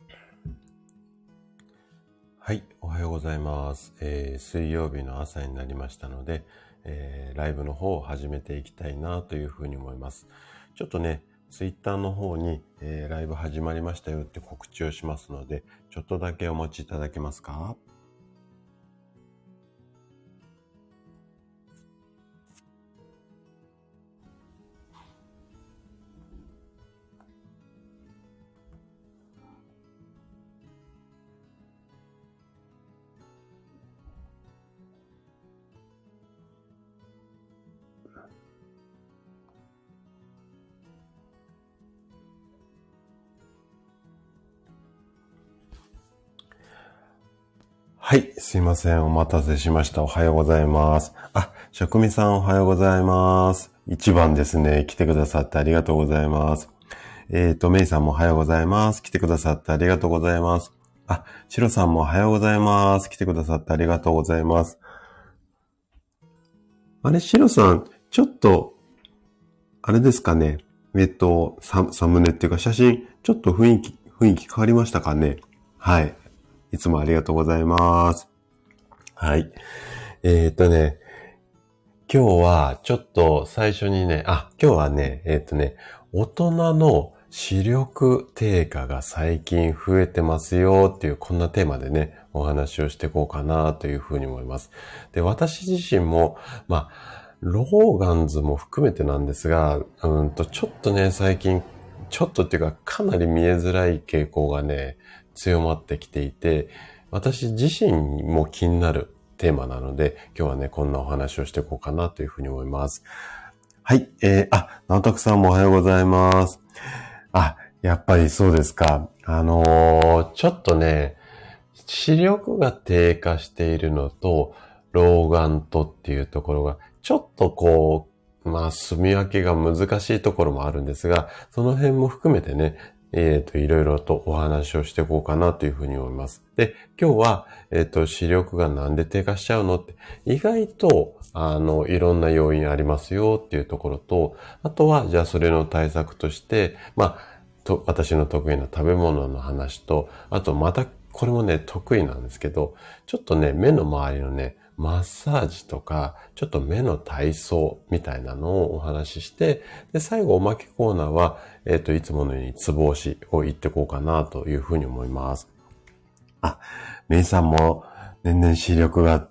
はい、おはようございます。水曜日の朝になりましたので、ライブの方を始めていきたいなというふうに思います。ちょっとね、ツイッターの方に、ライブ始まりましたよって告知をしますので、ちょっとだけお待ちいただけますか？はい、すいません。お待たせしました。おはようございます。職味さんおはようございます。一番ですね。来てくださってありがとうございます。メイさんもおはようございます。来てくださってありがとうございます。シロさんもおはようございます。来てくださってありがとうございます。あれ、シロさん、ちょっと、あれですかね。サムネっていうか写真、ちょっと雰囲気変わりましたかね。はい。いつもありがとうございます。はい。ね、今日はちょっと最初にね、今日はね、大人の視力低下が最近増えてますよっていうこんなテーマでね、お話をしていこうかなというふうに思います。で、私自身も、ローガンズも含めてなんですが、ちょっとね、最近、ちょっとっていうかかなり見えづらい傾向がね、強まってきていて、私自身も気になるテーマなので、今日はね、こんなお話をしていこうかなというふうに思います。はい、直拓さんもおはようございます。やっぱりそうですか。ちょっとね、視力が低下しているのと、老眼とっていうところが、ちょっと住み分けが難しいところもあるんですが、その辺も含めてね、いろいろとお話をしていこうかなというふうに思います。で、今日は、視力がなんで低下しちゃうのって、意外と、いろんな要因ありますよっていうところと、あとは、じゃあそれの対策として、私の得意な食べ物の話と、あとまたこれもね、得意なんですけど、ちょっとね、目の周りのね、マッサージとか、ちょっと目の体操みたいなのをお話しして、で、最後おまけコーナーは、いつものようにツボ押しを言ってこうかなというふうに思います。メイさんも年々視力があって、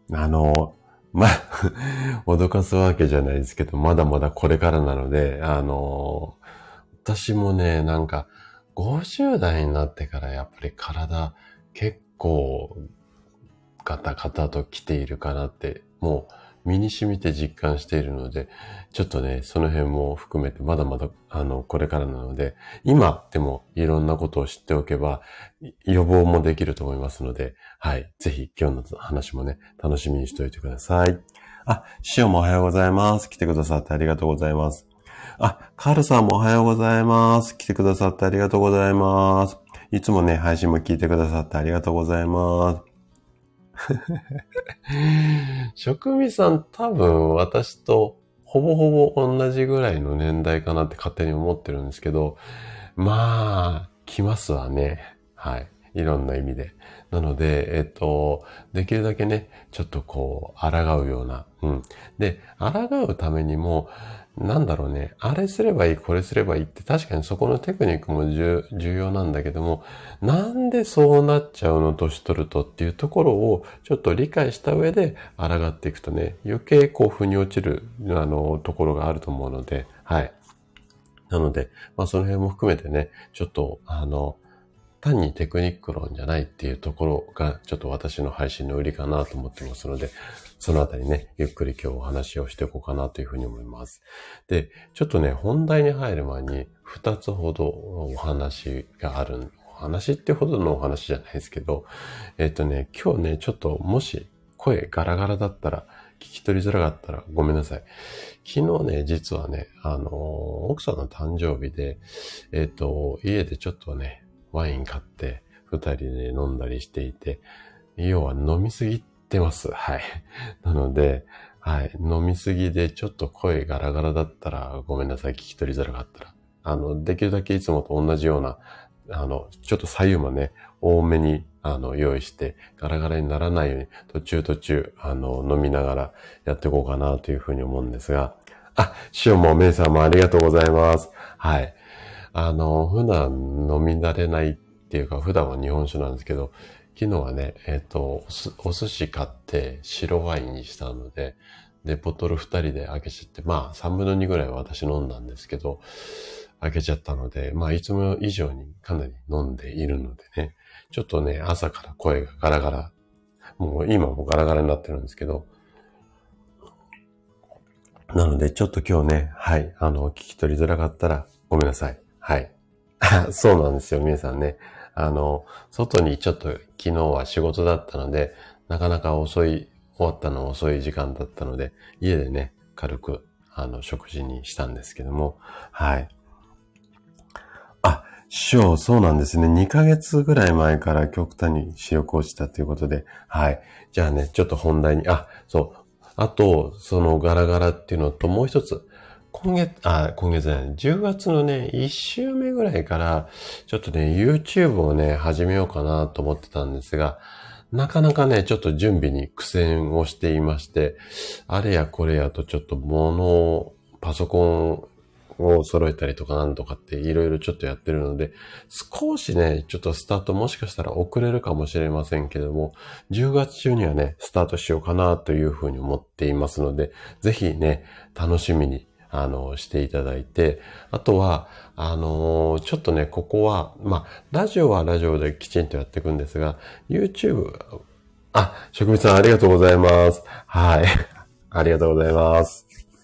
脅かすわけじゃないですけど、まだまだこれからなので、私もね、50代になってからやっぱり体結構ガタガタと来ているかなって、もう身に染みて実感しているので、ちょっとね、その辺も含めてまだまだこれからなので、今でもいろんなことを知っておけば予防もできると思いますので、はい。ぜひ今日の話もね、楽しみにしておいてください。シオもおはようございます。来てくださってありがとうございます。カールさんもおはようございます。来てくださってありがとうございます。いつもね、配信も聞いてくださってありがとうございます。職味さん多分私とほぼほぼ同じぐらいの年代かなって勝手に思ってるんですけど、来ますわね。はい。いろんな意味で。なので、できるだけね、ちょっと抗うような。で、抗うためにも、あれすればいい、これすればいいって確かにそこのテクニックも重要なんだけども、なんでそうなっちゃうの年取るとっていうところをちょっと理解した上で抗っていくとね、余計腑に落ちる、ところがあると思うので、はい。なので、その辺も含めてね、ちょっと、単にテクニック論じゃないっていうところが、ちょっと私の配信の売りかなと思ってますので、そのあたりね、ゆっくり今日お話をしていこうかなというふうに思います。で、ちょっとね、本題に入る前に、2つほどお話がある。お話ってほどのお話じゃないですけど、今日ね、ちょっともし声ガラガラだったら、聞き取りづらかったらごめんなさい。昨日ね、実はね、奥さんの誕生日で、家でちょっとね、ワイン買って、二人で飲んだりしていて、要は飲みすぎてます。はい。なので、はい。飲みすぎでちょっと声ガラガラだったらごめんなさい。聞き取りづらかったら。できるだけいつもと同じようなちょっと左右もね、多めに、用意して、ガラガラにならないように、途中、飲みながらやっていこうかなというふうに思うんですが、塩もメイさんもありがとうございます。はい。普段飲み慣れないっていうか、普段は日本酒なんですけど、昨日はね、お寿司買って白ワインにしたので、で、ボトル2人で開けちゃって、まあ、3分の2ぐらいは私飲んだんですけど、開けちゃったので、まあ、いつも以上にかなり飲んでいるのでね、ちょっとね、朝から声がガラガラ、もう今もガラガラになってるんですけど、なので、ちょっと今日ね、はい、聞き取りづらかったらごめんなさい。はい。そうなんですよ、皆さんね。外にちょっと昨日は仕事だったので、なかなか終わったの遅い時間だったので、家でね、軽く、食事にしたんですけども、はい。そうなんですね。2ヶ月ぐらい前から極端に視力落ちたということで、はい。じゃあね、ちょっと本題に、そう。あと、そのガラガラっていうのともう一つ、今月じゃない、10月のね、1週目ぐらいから、ちょっとね、YouTube をね、始めようかなと思ってたんですが、なかなかね、ちょっと準備に苦戦をしていまして、あれやこれやとちょっとパソコンを揃えたりとかなんとかっていろいろちょっとやってるので、少しね、ちょっとスタートもしかしたら遅れるかもしれませんけども、10月中にはね、スタートしようかなというふうに思っていますので、ぜひね、楽しみにしていただいて、あとは、ちょっとね、ここは、ラジオはラジオできちんとやっていくんですが、YouTube、職人さんありがとうございます。はい。ありがとうございます。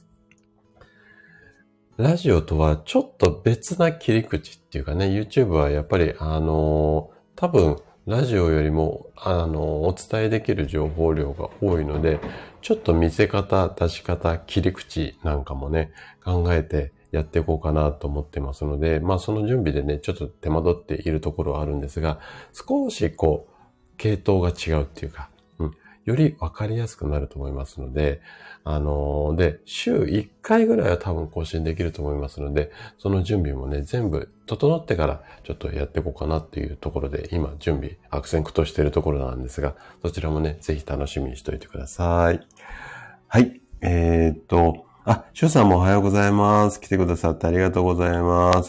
ラジオとはちょっと別な切り口っていうかね、YouTube はやっぱり、多分、ラジオよりも、お伝えできる情報量が多いので、ちょっと見せ方、出し方、切り口なんかもね、考えてやっていこうかなと思ってますので、その準備でね、ちょっと手間取っているところはあるんですが、少し系統が違うっていうか、より分かりやすくなると思いますので、で、週1回ぐらいは多分更新できると思いますので、その準備もね、全部整ってからちょっとやっていこうかなっていうところで、今準備、悪戦苦闘しているところなんですが、そちらもね、ぜひ楽しみにしておいてください。はい。シュウさんもおはようございます。来てくださってありがとうございます。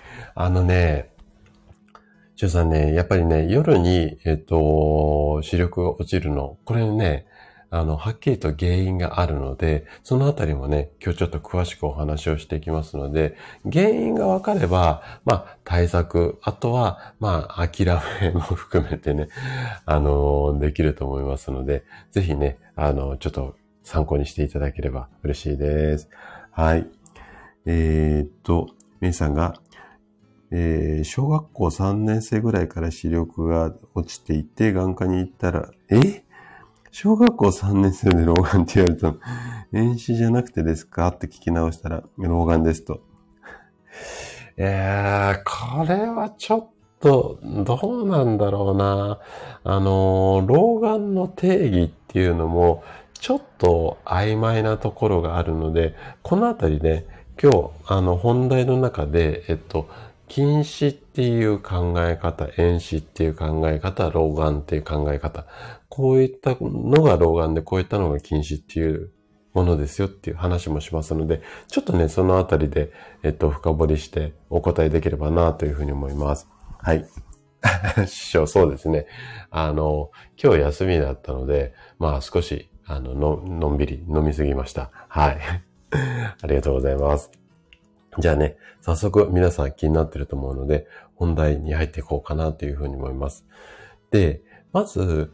シュウさんね、やっぱりね、夜に、視力が落ちるの、これね、はっきりと原因があるので、そのあたりもね、今日ちょっと詳しくお話をしていきますので、原因がわかれば、対策、あとは、諦めも含めてね、できると思いますので、ぜひね、ちょっと参考にしていただければ嬉しいです。はい。メイさんが、小学校3年生ぐらいから視力が落ちていて、眼科に行ったら、小学校3年生で老眼って言われたの、遠視じゃなくてですかって聞き直したら、老眼ですと。これはちょっと、どうなんだろうな。老眼の定義っていうのも、ちょっと曖昧なところがあるので、このあたりね、今日、本題の中で、近視っていう考え方、遠視っていう考え方、老眼っていう考え方。こういったのが老眼で、こういったのが近視っていうものですよっていう話もしますので、ちょっとね、そのあたりで、深掘りしてお答えできればなというふうに思います。はい。師匠、そうですね。今日休みだったので、少し、のんびり飲みすぎました。はい。ありがとうございます。じゃあね、早速皆さん気になってると思うので、本題に入っていこうかなというふうに思います。で、まず、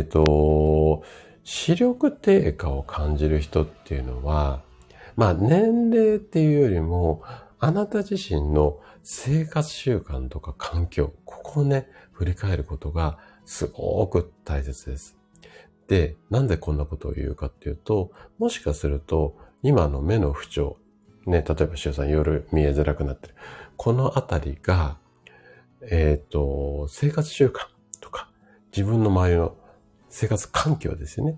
視力低下を感じる人っていうのは、年齢っていうよりも、あなた自身の生活習慣とか環境、ここをね、振り返ることがすごく大切です。で、なんでこんなことを言うかっていうと、もしかすると、今の目の不調、ね、例えば、しおさん夜見えづらくなってる。このあたりが、生活習慣とか、自分の周りの生活環境ですよね。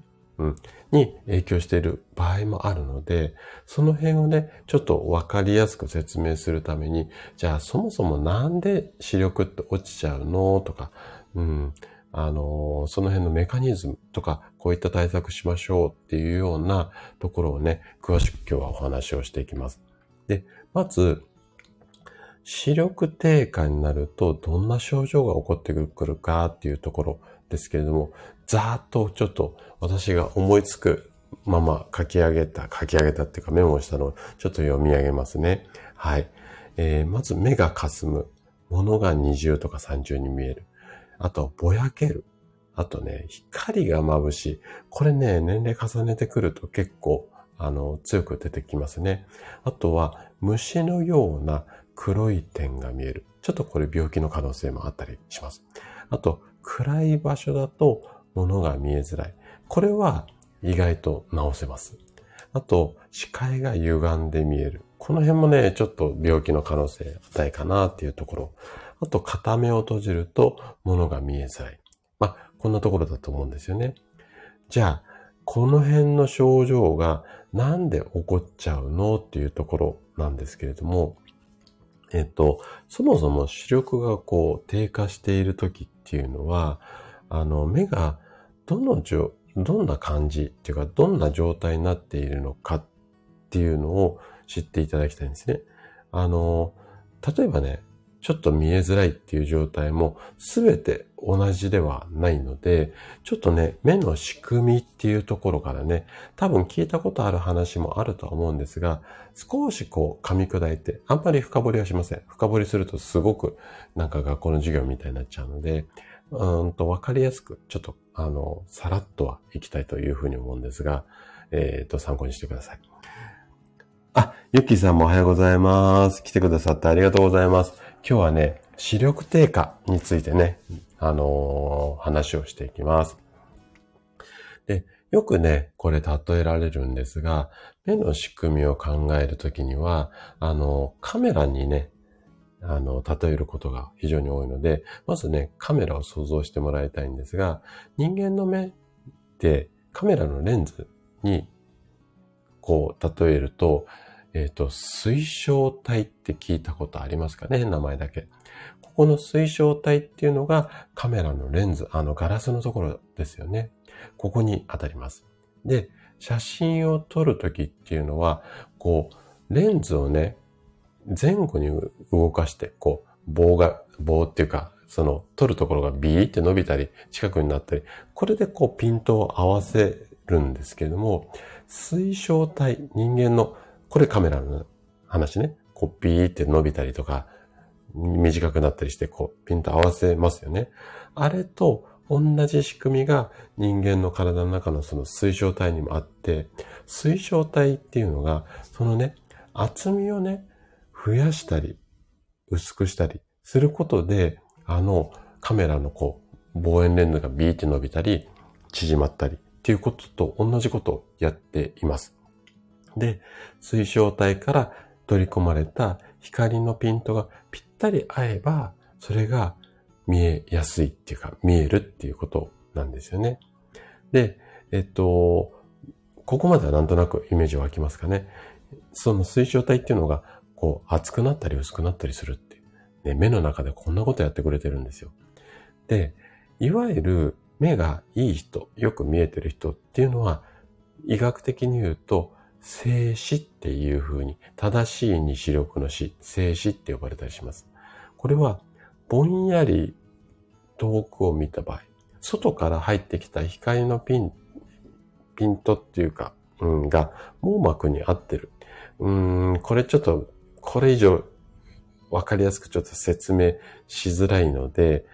に影響している場合もあるので、その辺をね、ちょっとわかりやすく説明するために、じゃあそもそもなんで視力って落ちちゃうのとか、その辺のメカニズムとか、こういった対策しましょうっていうようなところをね、詳しく今日はお話をしていきます。で、まず、視力低下になるとどんな症状が起こってくるかっていうところですけれども、ざーっとちょっと私が思いつくまま書き上げたっていうかメモをしたのをちょっと読み上げますね。はい。まず目がかすむ。物が二重とか三重に見える。あと、ぼやける。あとね、光が眩しい。これね、年齢重ねてくると結構、強く出てきますね。あとは、虫のような黒い点が見える。ちょっとこれ病気の可能性もあったりします。あと、暗い場所だと物が見えづらい。これは意外と治せます。あと、視界が歪んで見える。この辺もね、ちょっと病気の可能性高いかなっていうところ。あと、片目を閉じると物が見えづらい。こんなところだと思うんですよね。じゃあ、この辺の症状がなんで起こっちゃうのっていうところなんですけれども、そもそも視力が低下している時っていうのは、目がどんな感じっていうか、どんな状態になっているのかっていうのを知っていただきたいんですね。例えばね、ちょっと見えづらいっていう状態も全て同じではないので、ちょっとね、目の仕組みっていうところからね、多分聞いたことある話もあるとは思うんですが、少し噛み砕いて、あんまり深掘りはしません。深掘りするとすごくなんか学校の授業みたいになっちゃうので、わかりやすく、ちょっとさらっとはいきたいというふうに思うんですが、参考にしてください。ゆっきーさんもおはようございます。来てくださってありがとうございます。今日はね、視力低下についてね、話をしていきます。で、よくね、これ例えられるんですが、目の仕組みを考えるときには、カメラにね、例えることが非常に多いので、まずね、カメラを想像してもらいたいんですが、人間の目ってカメラのレンズに例えると、水晶体って聞いたことありますかね？名前だけ。ここの水晶体っていうのがカメラのレンズ、ガラスのところですよね。ここに当たります。で、写真を撮るときっていうのは、レンズをね、前後に動かして、棒っていうか、撮るところがビーって伸びたり、近くになったり、これでピントを合わせるんですけれども、水晶体、人間の、これカメラの話ね、ビーって伸びたりとか、短くなったりして、ピント合わせますよね。あれと同じ仕組みが人間の体の中のその水晶体にもあって、水晶体っていうのが、そのね、厚みをね、増やしたり、薄くしたりすることで、カメラの望遠レンズがビーって伸びたり、縮まったりっていうことと同じことをやっています。で、水晶体から取り込まれた光のピントがぴったり合えば、それが見えやすいっていうか、見えるっていうことなんですよね。で、ここまではなんとなくイメージ湧きますかね。その水晶体っていうのが、厚くなったり薄くなったりするっていう、ね。目の中でこんなことやってくれてるんですよ。で、いわゆる目がいい人、よく見えてる人っていうのは、医学的に言うと、静視っていう風に、正しいに視力の視、静視って呼ばれたりします。これは、ぼんやり遠くを見た場合、外から入ってきた光のピントっていうか、が網膜に合ってる。これちょっと、これ以上わかりやすくちょっと説明しづらいので、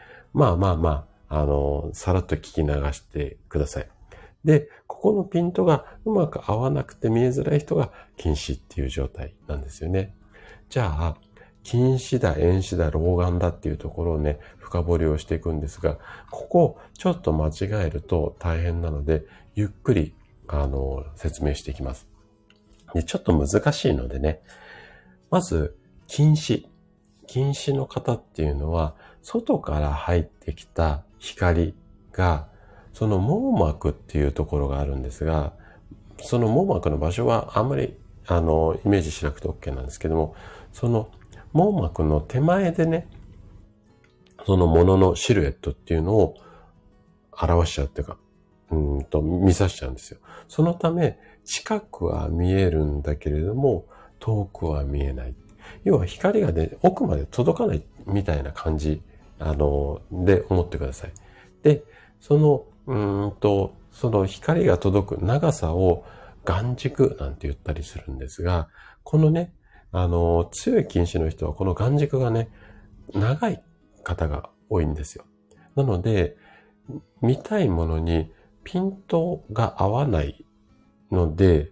さらっと聞き流してください。で、ここのピントがうまく合わなくて見えづらい人が近視っていう状態なんですよね。じゃあ、近視だ、遠視だ、老眼だっていうところをね、深掘りをしていくんですが、ここちょっと間違えると大変なので、ゆっくり、説明していきます。で、ちょっと難しいのでね、まず、近視の方っていうのは、外から入ってきた光が、 その網膜っていうところがあるんですが、その網膜の場所はあんまり、イメージしなくて OK なんですけども、その網膜の手前でね、そのもののシルエットっていうのを表しちゃうっていうか、見さしちゃうんですよ。そのため、近くは見えるんだけれども、遠くは見えない。要は光がね、奥まで届かないみたいな感じ、で思ってください。で、その光が届く長さを眼軸なんて言ったりするんですが、このね、強い近視の人はこの眼軸がね、長い方が多いんですよ。なので、見たいものにピントが合わないので、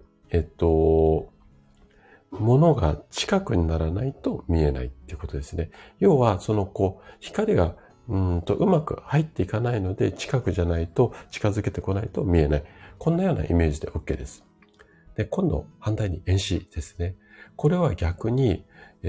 ものが近くにならないと見えないっていうことですね。要は、光がうまく入っていかないので、近くじゃないと、近づけてこないと見えない。こんなようなイメージで OK です。で、今度、反対に遠視ですね。これは逆に、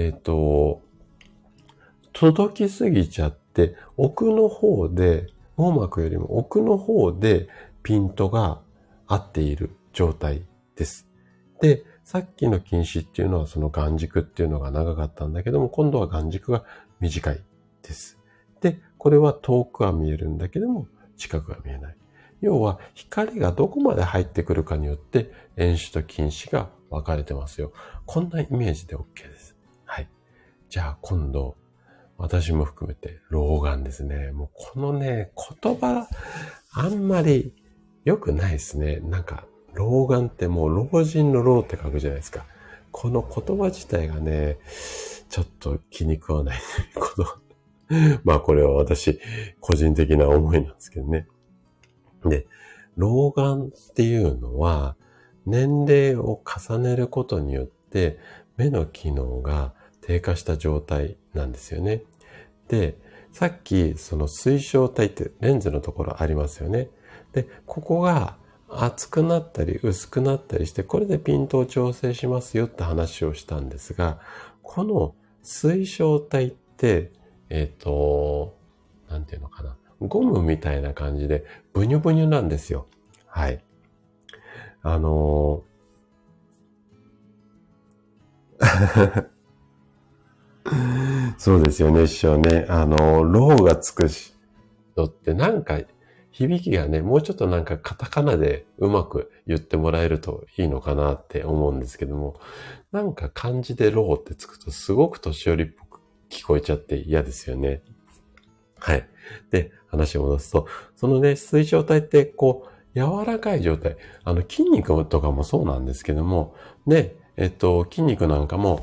届きすぎちゃって、奥の方で、網膜よりも奥の方でピントが合っている状態です。で、さっきの近視っていうのはその眼軸っていうのが長かったんだけども、今度は眼軸が短いです。で、これは遠くは見えるんだけども、近くは見えない。要は、光がどこまで入ってくるかによって、遠視と近視が分かれてますよ。こんなイメージで OK です。はい。じゃあ今度、私も含めて老眼ですね。もうこのね、言葉、あんまり良くないですね。なんか、老眼ってもう老人の老って書くじゃないですか。この言葉自体がね、ちょっと気に食わないこと。まあこれは私、個人的な思いなんですけどね。で、老眼っていうのは、年齢を重ねることによって、目の機能が低下した状態なんですよね。で、さっきその水晶体ってレンズのところありますよね。で、ここが厚くなったり薄くなったりして、これでピントを調整しますよって話をしたんですが、この水晶体って、なんていうのかな。ゴムみたいな感じで、ブニュブニュなんですよ。はい。そうですよね、師匠ね。ローがつくのってなんか響きがね、もうちょっとなんかカタカナでうまく言ってもらえるといいのかなって思うんですけども、なんか漢字でローってつくとすごく年寄りっぽく聞こえちゃって嫌ですよね。はい。で、話を戻すと、そのね、水晶体って柔らかい状態。筋肉とかもそうなんですけども、で、筋肉なんかも、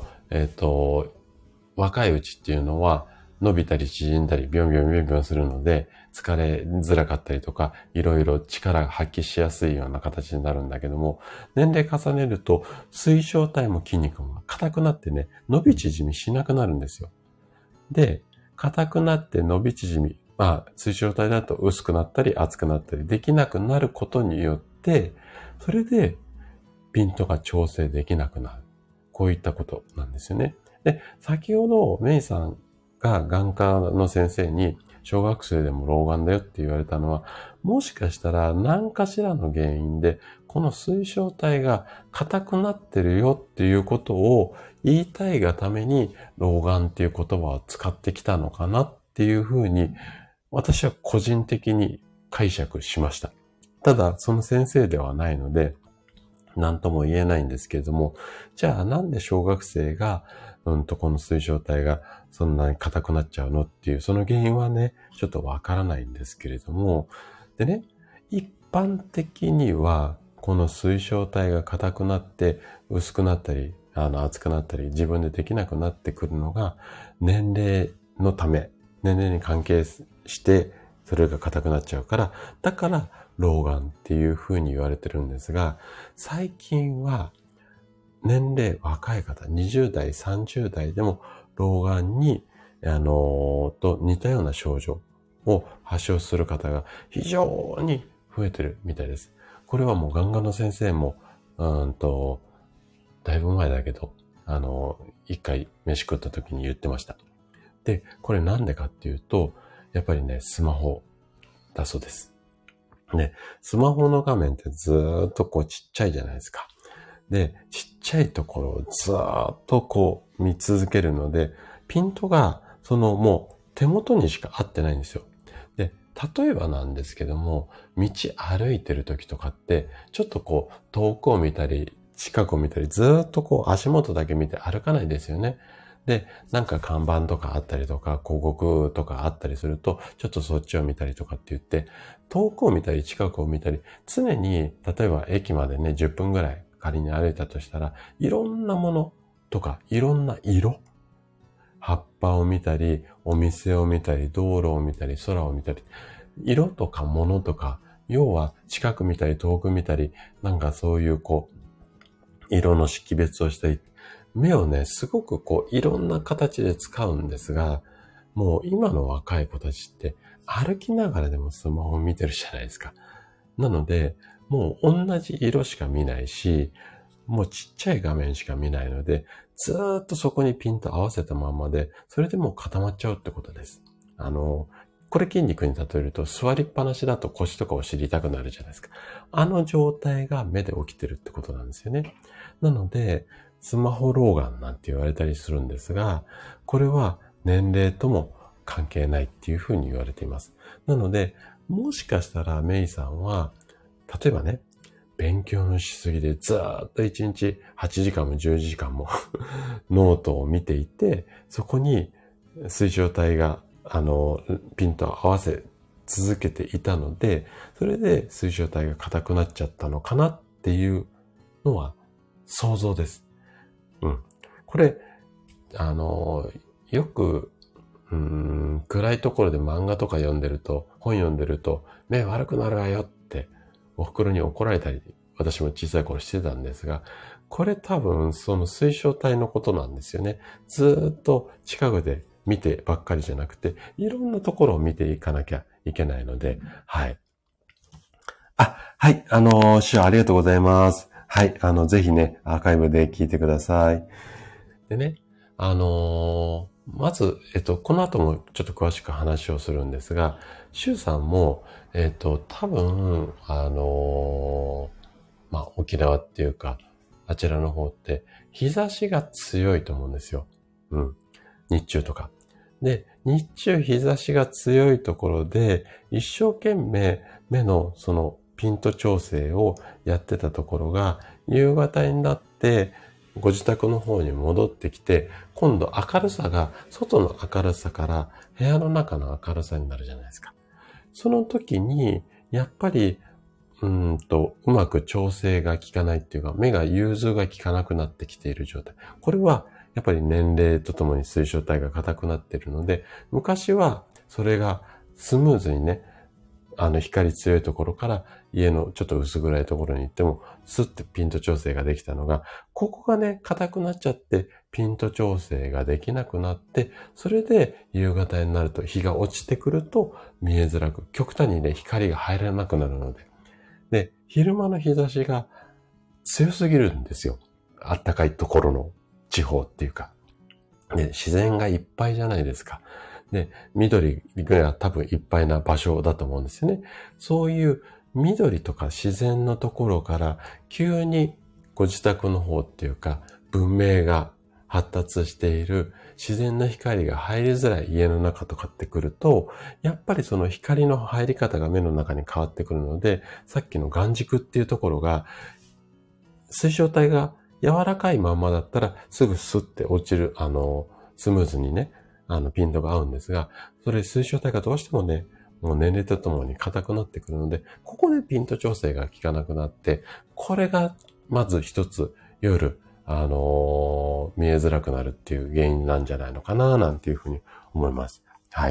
若いうちっていうのは伸びたり縮んだりビョンビョンビョンビョンするので疲れづらかったりとかいろいろ力が発揮しやすいような形になるんだけども、年齢重ねると水晶体も筋肉も硬くなってね、伸び縮みしなくなるんですよ。で、硬くなって伸び縮み、水晶体だと薄くなったり厚くなったりできなくなることによって、それでピントが調整できなくなる。こういったことなんですよね。で、先ほどメイさんが眼科の先生に小学生でも老眼だよって言われたのは、もしかしたら何かしらの原因でこの水晶体が硬くなってるよっていうことを言いたいがために老眼っていう言葉を使ってきたのかなっていうふうに私は個人的に解釈しました。ただその先生ではないので何とも言えないんですけれども、じゃあなんで小学生がこの水晶体がそんなに硬くなっちゃうのっていう、その原因はね、ちょっとわからないんですけれども、でね、一般的には、この水晶体が硬くなって薄くなったり、厚くなったり、自分でできなくなってくるのが、年齢のため、年齢に関係して、それが硬くなっちゃうから、だから、老眼っていう風に言われてるんですが、最近は、年齢若い方、20代、30代でも老眼に、と似たような症状を発症する方が非常に増えてるみたいです。これはもう眼科の先生も、だいぶ前だけど、一回飯食った時に言ってました。で、これなんでかっていうと、やっぱりね、スマホだそうです。 で、スマホの画面ってずーっとこうちっちゃいじゃないですか。で、ちっちゃいところをずーっとこう見続けるので、ピントがそのもう手元にしか合ってないんですよ。で、例えばなんですけども、道歩いてる時とかって、ちょっとこう遠くを見たり、近くを見たり、ずーっとこう足元だけ見て歩かないですよね。で、なんか看板とかあったりとか、広告とかあったりすると、ちょっとそっちを見たりとかって言って、遠くを見たり近くを見たり、常に、例えば駅までね、10分ぐらい仮に歩いたとしたら、いろんなものとか、いろんな色、葉っぱを見たり、お店を見たり、道路を見たり、空を見たり、色とか物とか、要は近く見たり遠く見たり、なんかそういうこう、色の識別をしたり、目をね、すごくこう、いろんな形で使うんですが、もう今の若い子たちって歩きながらでもスマホを見てるじゃないですか。なので、もう同じ色しか見ないし、もうちっちゃい画面しか見ないので、ずーっとそこにピント合わせたまんまで、それでもう固まっちゃうってことです。これ筋肉に例えると座りっぱなしだと腰とかを知りたくなるじゃないですか。あの状態が目で起きてるってことなんですよね。なので、スマホ老眼なんて言われたりするんですが、これは年齢とも関係ないっていうふうに言われています。なので、もしかしたらメイさんは、例えばね、勉強のしすぎでずーっと1日8時間も10時間もノートを見ていて、そこに水晶体が、ピントを合わせ続けていたので、それで水晶体が硬くなっちゃったのかなっていうのは想像です。うん。これ、よく、暗いところで漫画とか読んでると、本読んでると、目悪くなるわよってお袋に怒られたり、私も小さい頃してたんですが、これ多分その水晶体のことなんですよね。ずーっと近くで見てばっかりじゃなくて、いろんなところを見ていかなきゃいけないので、はい。はい、師匠ありがとうございます。はい、ぜひね、アーカイブで聞いてください。でね、まず、この後もちょっと詳しく話をするんですが、シュウさんも、多分、沖縄っていうか、あちらの方って、日差しが強いと思うんですよ。うん。日中とか。で、日中日差しが強いところで、一生懸命目のそのピント調整をやってたところが、夕方になって、ご自宅の方に戻ってきて、今度明るさが外の明るさから部屋の中の明るさになるじゃないですか。その時に、やっぱり、うまく調整が効かないっていうか、目が融通が効かなくなってきている状態。これは、やっぱり年齢とともに水晶体が硬くなっているので、昔はそれがスムーズにね、光強いところから家のちょっと薄暗いところに行っても、スッてピント調整ができたのが、ここがね、硬くなっちゃって、ピント調整ができなくなって、それで夕方になると日が落ちてくると見えづらく、極端にね、光が入らなくなるので。で、昼間の日差しが強すぎるんですよ。あったかいところの地方っていうか。で、自然がいっぱいじゃないですか。で、緑が多分いっぱいな場所だと思うんですよね。そういう緑とか自然のところから急にご自宅の方っていうか文明が発達している自然な光が入りづらい家の中とかってくると、やっぱりその光の入り方が目の中に変わってくるので、さっきの眼軸っていうところが水晶体が柔らかいまんまだったらすぐスッて落ちる、スムーズにね、ピントが合うんですが、それ水晶体がどうしてもね、もう年齢とともに硬くなってくるので、ここでピント調整が効かなくなって、これがまず一つ夜、見えづらくなるっていう原因なんじゃないのかな、なんていうふうに思います。はい。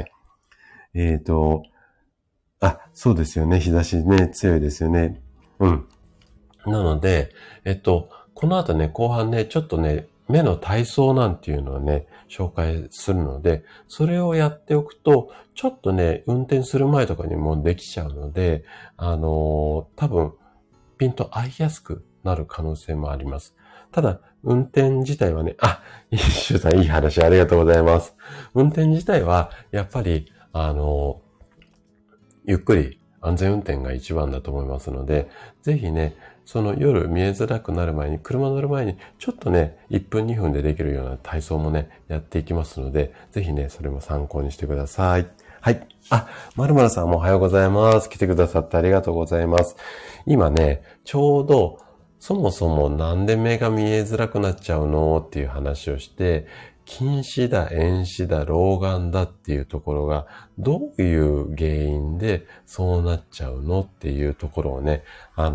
そうですよね。日差しね、強いですよね。うん。なので、この後ね、後半ね、ちょっとね、目の体操なんていうのをね、紹介するので、それをやっておくと、ちょっとね、運転する前とかにもできちゃうので、多分、ピント合いやすくなる可能性もあります。ただ、運転自体はね、シュウさんいい話ありがとうございます。運転自体は、やっぱり、ゆっくり、 安全運転が一番だと思いますので、ぜひね、その夜見えづらくなる前に、車乗る前に、ちょっとね、1分2分でできるような体操もね、やっていきますので、ぜひね、それも参考にしてください。はい。あ、まるまるさんもおはようございます。来てくださってありがとうございます。今ね、ちょうど、そもそもなんで目が見えづらくなっちゃうのっていう話をして、近視だ、遠視だ、老眼だっていうところが、どういう原因でそうなっちゃうのっていうところをね、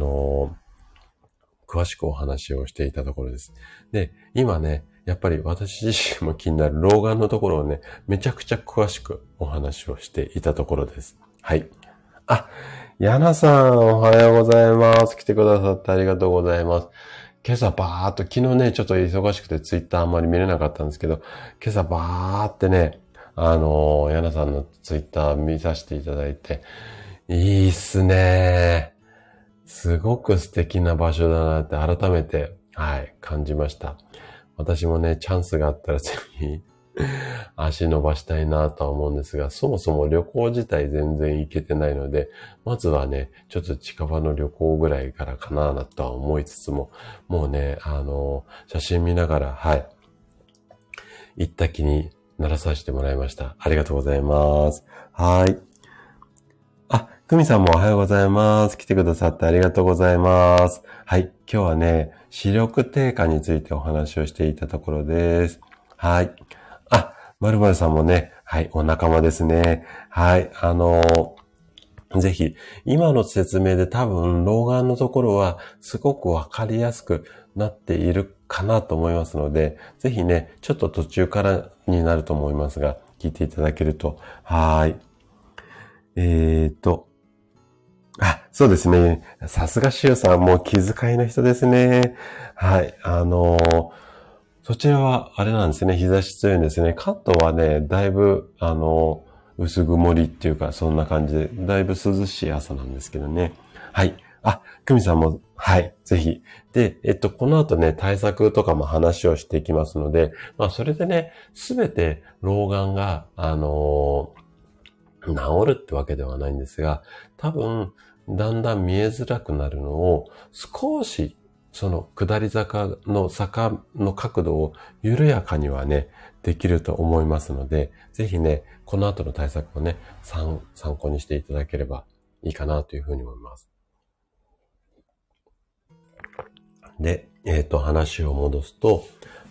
詳しくお話をしていたところです。で、今ね、やっぱり私自身も気になる老眼のところをね、めちゃくちゃ詳しくお話をしていたところです。はい。あ、ヤナさん、おはようございます。来てくださってありがとうございます。今朝バーっと、昨日ね、ちょっと忙しくてツイッターあんまり見れなかったんですけど、今朝バーってね、ヤナさんのツイッター見させていただいて、いいっすね。すごく素敵な場所だなって改めて、はい、感じました。私もね、チャンスがあったらぜひ足伸ばしたいなとは思うんですが、そもそも旅行自体全然行けてないので、まずはね、ちょっと近場の旅行ぐらいからかなとは思いつつも、もうね、写真見ながら、はい、行った気にならさせてもらいました。ありがとうございます。はい。あ、久美さんもおはようございます。来てくださってありがとうございます。はい。今日はね、視力低下についてお話をしていたところです。はい。あ、まるまるさんもね、はい、お仲間ですね。はい。ぜひ、今の説明で多分、老眼のところはすごくわかりやすくなっているかなと思いますので、ぜひね、ちょっと途中からになると思いますが、聞いていただけると、はい。そうですね。さすがシュウさん、もう気遣いの人ですね。はい。そちらは、あれなんですね。日差し強いんですね。関東はね、だいぶ、薄曇りっていうか、そんな感じで、だいぶ涼しい朝なんですけどね。はい。あ、久美さんも、はい、ぜひ。で、この後ね、対策とかも話をしていきますので、まあ、それでね、すべて老眼が、治るってわけではないんですが、多分、だんだん見えづらくなるのを、少し、その下り坂の坂の角度を緩やかにはね、できると思いますので、ぜひね、この後の対策をね、参考にしていただければいいかなというふうに思います。で、話を戻すと、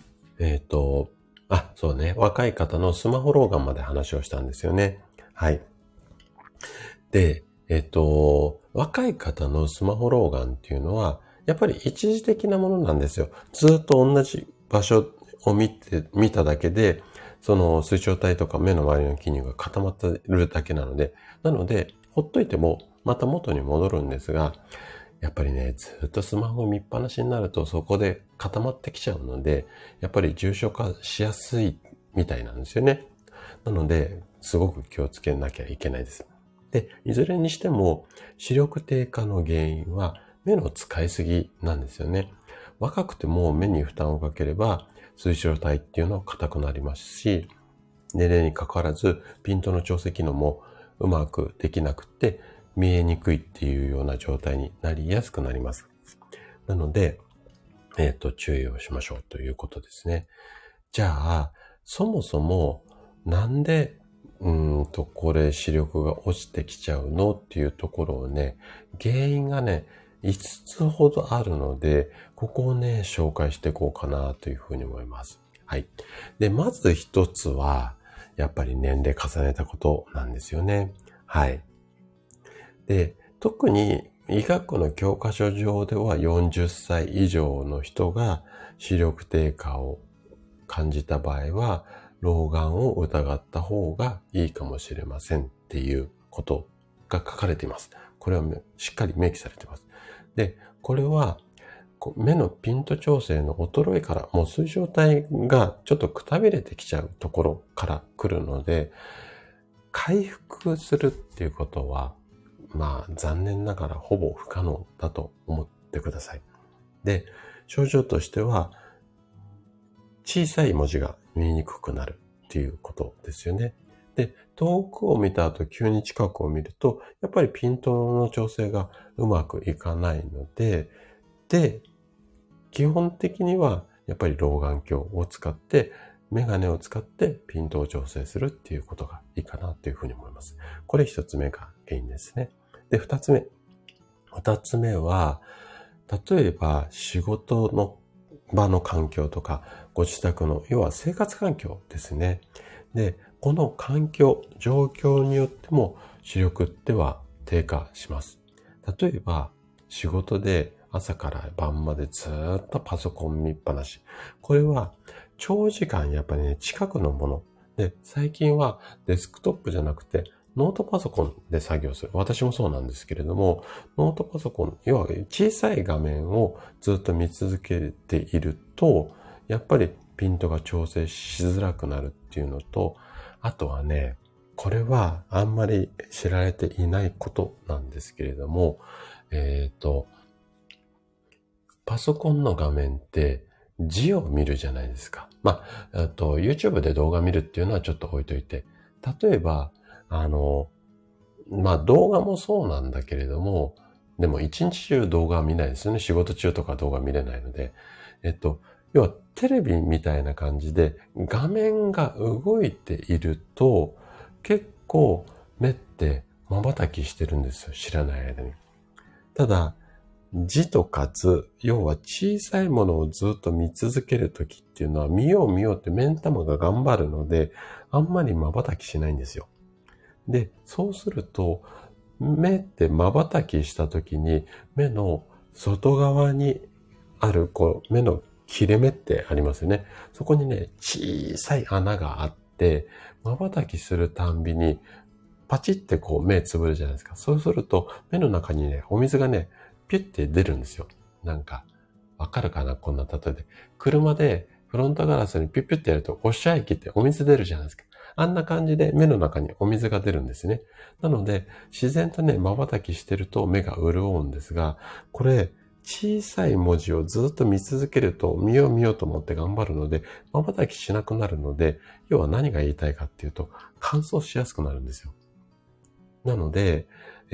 そうね、若い方のスマホ老眼まで話をしたんですよね。はい。で、若い方のスマホ老眼っていうのは、やっぱり一時的なものなんですよ。ずっと同じ場所を見ただけで、その水晶体とか目の周りの筋肉が固まってるだけなので、ほっといてもまた元に戻るんですが、やっぱりね、ずっとスマホを見っぱなしになるとそこで固まってきちゃうので、やっぱり重症化しやすいみたいなんですよね。なので、すごく気をつけなきゃいけないです。で、いずれにしても視力低下の原因は目の使いすぎなんですよね。若くても目に負担をかければ水晶体っていうのは硬くなりますし、年齢に関わらずピントの調整機能もうまくできなくて見えにくいっていうような状態になりやすくなります。なので、注意をしましょうということですね。じゃあ、そもそもなんでこれ視力が落ちてきちゃうのっていうところをね、原因がね、5つほどあるので、ここをね、紹介していこうかなというふうに思います。はい。で、まず一つは、やっぱり年齢重ねたことなんですよね。はい。で、特に医学の教科書上では40歳以上の人が視力低下を感じた場合は、老眼を疑った方がいいかもしれませんっていうことが書かれています。これはしっかり明記されています。で、これは目のピント調整の衰えから、もう水晶体がちょっとくたびれてきちゃうところから来るので、回復するっていうことは、まあ残念ながらほぼ不可能だと思ってください。で、症状としては、小さい文字が見えにくくなるっていうことですよね。 で、遠くを見た後急に近くを見ると、やっぱりピントの調整がうまくいかないので、基本的にはやっぱり老眼鏡を使って、メガネを使ってピントを調整するっていうことがいいかなというふうに思います。これ一つ目が原因ですね。で、二つ目は、例えば仕事の場の環境とか、ご自宅の、要は生活環境ですね。で、この環境、状況によっても視力っては低下します。例えば、仕事で朝から晩までずっとパソコン見っぱなし。これは長時間やっぱりね、近くのもの。で、最近はデスクトップじゃなくて、ノートパソコンで作業する。私もそうなんですけれども、ノートパソコン、要は小さい画面をずっと見続けていると、やっぱりピントが調整しづらくなるっていうのと、あとはね、これはあんまり知られていないことなんですけれども、パソコンの画面って字を見るじゃないですか。YouTube で動画見るっていうのはちょっと置いといて、例えば、動画もそうなんだけれども、でも一日中動画は見ないですよね。仕事中とか動画見れないので。要はテレビみたいな感じで画面が動いていると結構目って瞬きしてるんですよ。知らない間に。ただ、字とか図、要は小さいものをずっと見続けるときっていうのは見ようって目ん玉が頑張るのであんまり瞬きしないんですよ。で、そうすると、目って瞬きしたときに、目の外側にある、目の切れ目ってありますよね。そこにね、小さい穴があって、瞬きするたんびに、パチって目つぶるじゃないですか。そうすると、目の中にね、お水がね、ピュッて出るんですよ。なんか、わかるかなこんな例えで。車でフロントガラスにピュッピュッてやると、ウォッシャー液ってお水出るじゃないですか。あんな感じで目の中にお水が出るんですね。なので、自然とね、瞬きしてると目が潤うんですが、これ、小さい文字をずっと見続けると、見ようと思って頑張るので、瞬きしなくなるので、要は何が言いたいかっていうと、乾燥しやすくなるんですよ。なので、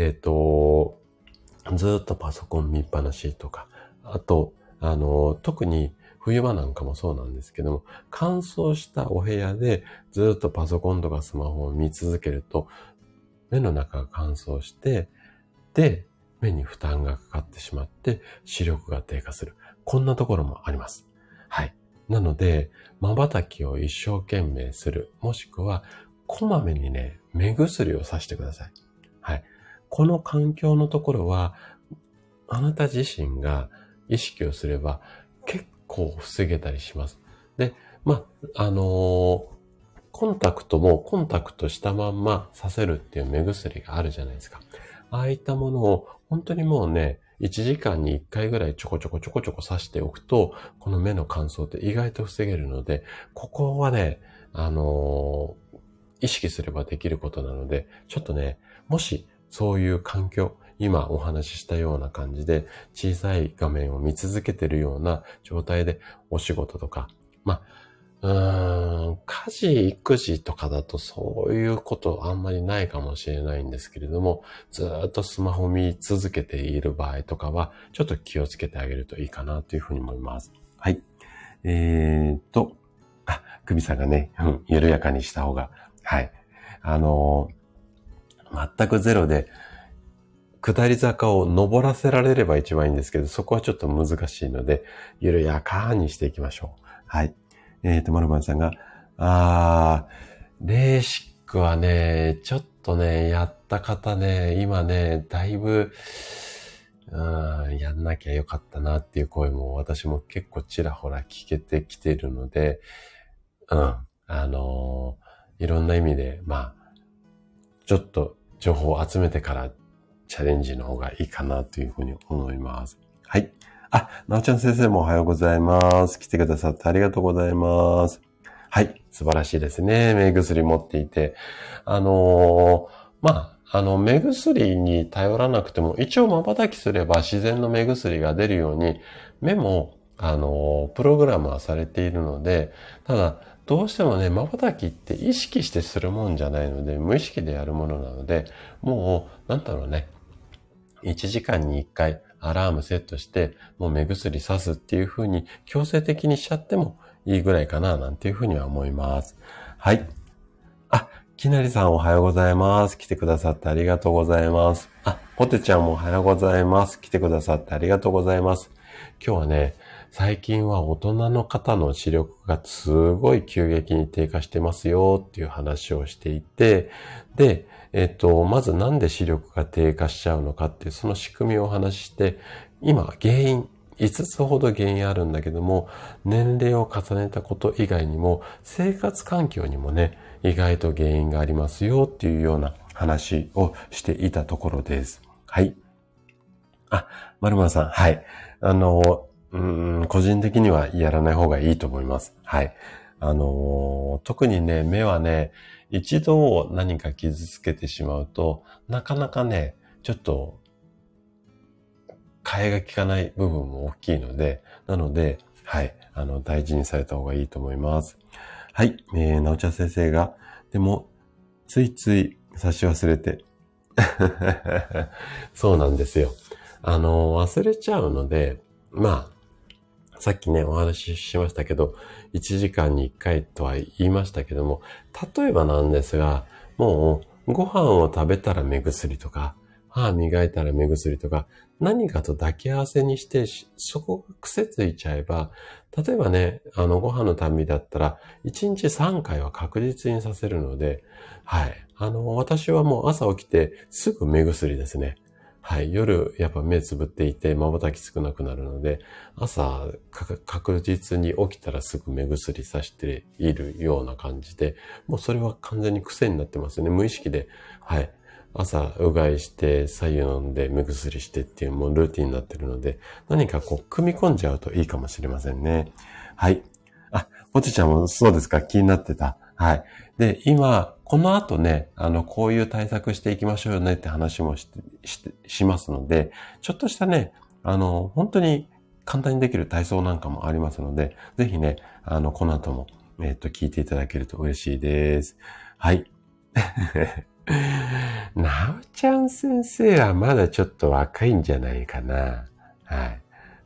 ずっとパソコン見っぱなしとか、あと、特に冬場なんかもそうなんですけども、乾燥したお部屋でずっとパソコンとかスマホを見続けると、目の中が乾燥して、で、目に負担がかかってしまって、視力が低下する。こんなところもあります。はい。なので、瞬きを一生懸命する。もしくは、こまめにね、目薬をさしてください。はい。この環境のところは、あなた自身が意識をすれば結構防げたりします。で、コンタクトもコンタクトしたまんまさせるっていう目薬があるじゃないですか。ああいったものを本当にもうね、1時間に1回ぐらいちょこちょこさしておくと、この目の乾燥って意外と防げるので、ここはね、意識すればできることなので、ちょっとね、もしそういう環境、今お話ししたような感じで小さい画面を見続けてるような状態でお仕事とか、家事、育児とかだとそういうことあんまりないかもしれないんですけれども、ずっとスマホ見続けている場合とかは、ちょっと気をつけてあげるといいかなというふうに思います。はい。久美さんがね、緩やかにした方が、はい。全くゼロで、下り坂を登らせられれば一番いいんですけど、そこはちょっと難しいので、緩やかにしていきましょう。はい。マルバンさんが、レーシックはね、ちょっとね、やった方ね、今ね、だいぶ、やんなきゃよかったなっていう声も私も結構ちらほら聞けてきているので、いろんな意味で、ちょっと情報を集めてからチャレンジの方がいいかなというふうに思います。はい。なおちゃん先生もおはようございます。来てくださってありがとうございます。はい。素晴らしいですね。目薬持っていて。目薬に頼らなくても、一応瞬きすれば自然の目薬が出るように、目も、プログラムはされているので、ただ、 どうしてもね、瞬きって意識してするもんじゃないので、無意識でやるものなので、もう、なんだろうね、1時間に1回アラームセットして、もう目薬さすっていう風に強制的にしちゃってもいいぐらいかな、なんていう風には思います。はい。あ、きなりさんおはようございます。来てくださってありがとうございます。あ、ポテちゃんもおはようございます。来てくださってありがとうございます。今日はね、最近は大人の方の視力がすごい急激に低下してますよっていう話をしていて、で、まずなんで視力が低下しちゃうのかっていうその仕組みをお話しして、今原因、5つほど原因あるんだけども、年齢を重ねたこと以外にも生活環境にもね、意外と原因がありますよっていうような話をしていたところです。はい。あ、まるまるさん、はい。個人的にはやらない方がいいと思います。はい。特にね、目はね、一度何か傷つけてしまうと、なかなかね、ちょっと、替えが効かない部分も大きいので、なので、はい、大事にされた方がいいと思います。はい、なおちゃん先生が、でも、ついつい差し忘れて、そうなんですよ。忘れちゃうので、まあ、さっきね、お話ししましたけど、1時間に1回とは言いましたけども、例えばなんですが、もう、ご飯を食べたら目薬とか、歯磨いたら目薬とか、何かと抱き合わせにして、そこが癖ついちゃえば、例えばね、ご飯のたびだったら、1日3回は確実にさせるので、はい。私はもう朝起きてすぐ目薬ですね。はい。夜、やっぱ目つぶっていて、瞬き少なくなるので、朝、確実に起きたらすぐ目薬さしているような感じで、もうそれは完全に癖になってますね。無意識で。はい。朝、うがいして、白湯飲んで、目薬してっていう、もうルーティンになってるので、何かこう、組み込んじゃうといいかもしれませんね。はい。あ、ポチちゃんもそうですか？気になってた。はい。で、今、この後ね、こういう対策していきましょうよねって話もしますので、ちょっとしたね、本当に簡単にできる体操なんかもありますので、ぜひね、この後も、聞いていただけると嬉しいです。はい。なおちゃん先生はまだちょっと若いんじゃないかな。はい。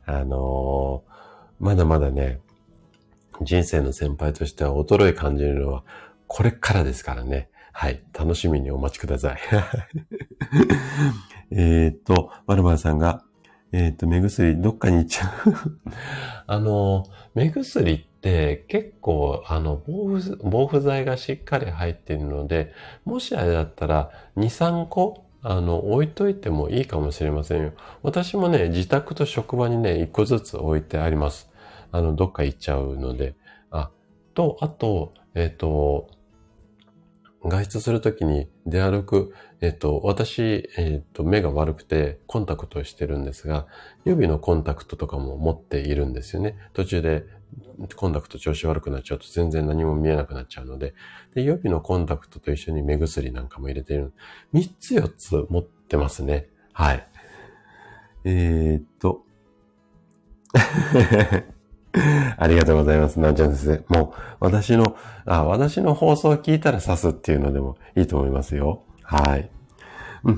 まだまだね、人生の先輩としては衰え感じるのはこれからですからね。はい。楽しみにお待ちください。〇〇さんが、目薬どっかに行っちゃう。目薬って結構、防腐剤がしっかり入っているので、もしあれだったら2、3個、置いといてもいいかもしれませんよ。私もね、自宅と職場にね、1個ずつ置いてあります。どっか行っちゃうので。あと、外出するときに出歩く、私、目が悪くてコンタクトをしてるんですが、予備のコンタクトとかも持っているんですよね。途中でコンタクト調子悪くなっちゃうと全然何も見えなくなっちゃうので、で、予備のコンタクトと一緒に目薬なんかも入れている。3つ4つ持ってますね。はい。ありがとうございます。なおちゃん先生。もう、私の放送を聞いたら刺すっていうのでもいいと思いますよ。はい。うん。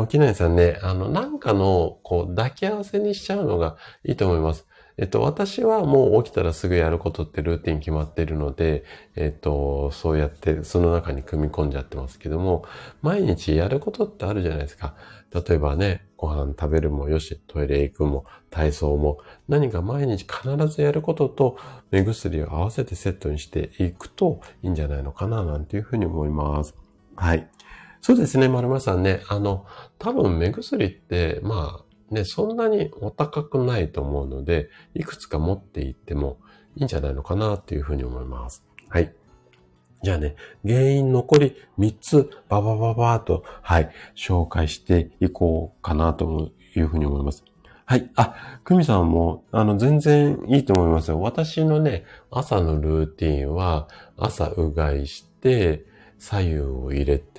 きなりさんね、なんかの、こう、抱き合わせにしちゃうのがいいと思います。私はもう起きたらすぐやることってルーティン決まっているので、そうやってその中に組み込んじゃってますけども、毎日やることってあるじゃないですか。例えばね、ご飯食べるもよし、トイレ行くも、体操も、何か毎日必ずやることと目薬を合わせてセットにしていくといいんじゃないのかな、なんていうふうに思います。はい。そうですね、丸間さんね。多分目薬って、まあね、そんなにお高くないと思うので、いくつか持っていってもいいんじゃないのかなっていうふうに思います。はい。じゃあね、原因残り3つ、ババババーと、はい、紹介していこうかなというふうに思います。はい。あ、久美さんも、全然いいと思いますよ。私のね、朝のルーティンは、朝うがいして、左右を入れて、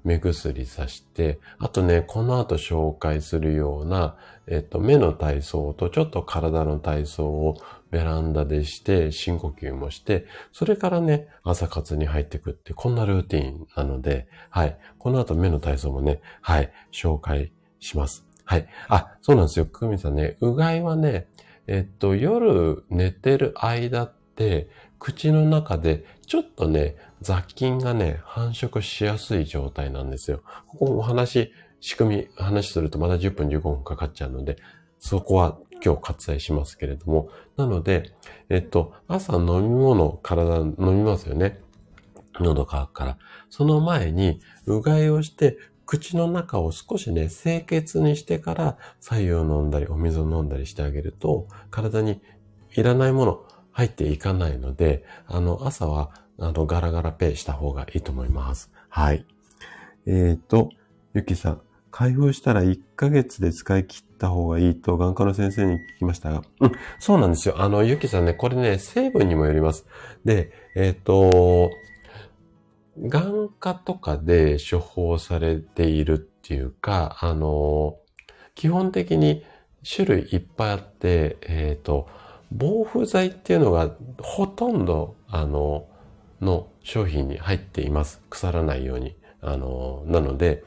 目薬さして、あとね、この後紹介するような、目の体操とちょっと体の体操をベランダでして、深呼吸もして、それからね、朝活に入っていくって、こんなルーティンなので、はい。この後目の体操もね、はい、紹介します。はい。あ、そうなんですよ。くみさんね、うがいはね、夜寝てる間って、口の中でちょっとね、雑菌がね、繁殖しやすい状態なんですよ。ここ仕組み、話するとまだ10分15分かかっちゃうので、そこは今日割愛しますけれども。なので、朝飲み物、飲みますよね。喉乾くから。その前に、うがいをして、口の中を少しね、清潔にしてから、白湯を飲んだり、お水を飲んだりしてあげると、体にいらないもの入っていかないので、朝は、ガラガラペイした方がいいと思います。はい。ゆきさん、開封したら1ヶ月で使い切った方がいいと眼科の先生に聞きましたが、そうなんですよ。ゆきさんね、これね、成分にもよります。で、眼科とかで処方されているっていうか、基本的に種類いっぱいあって、防腐剤っていうのがほとんど、の商品に入っています。腐らないように。なので、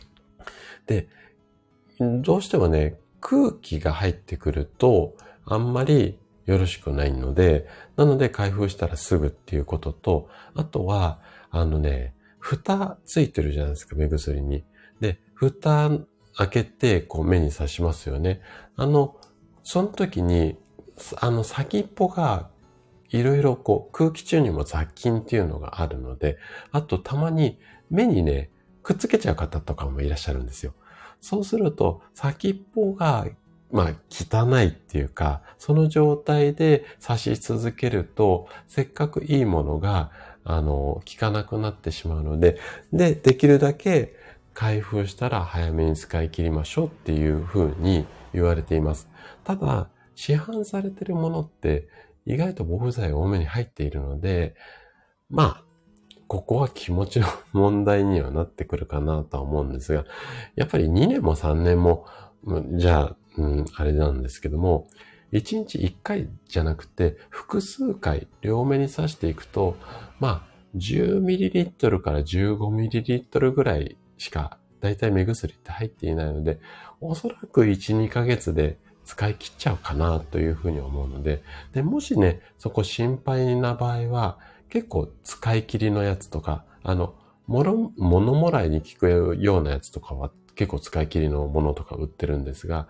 どうしてもね、空気が入ってくると、あんまりよろしくないので、なので開封したらすぐっていうことと、あとは、蓋ついてるじゃないですか、目薬に。で、蓋開けて、こう目に刺しますよね。その時に、先っぽが、いろいろこう空気中にも雑菌っていうのがあるので、あとたまに目にね、くっつけちゃう方とかもいらっしゃるんですよ。そうすると、先っぽが、汚いっていうか、その状態で刺し続けると、せっかくいいものが、効かなくなってしまうので、できるだけ開封したら早めに使い切りましょうっていうふうに言われています。ただ、市販されているものって意外と防腐剤多めに入っているので、ここは気持ちの問題にはなってくるかなとは思うんですが、やっぱり2年も3年も、じゃあ、あれなんですけども、1日1回じゃなくて、複数回両目に刺していくと、10ml から 15ml ぐらいしか、だいたい目薬って入っていないので、おそらく1、2ヶ月で使い切っちゃうかなというふうに思うので、もしね、そこ心配な場合は、結構使い切りのやつとか、物もらいに効くようなやつとかは結構使い切りのものとか売ってるんですが、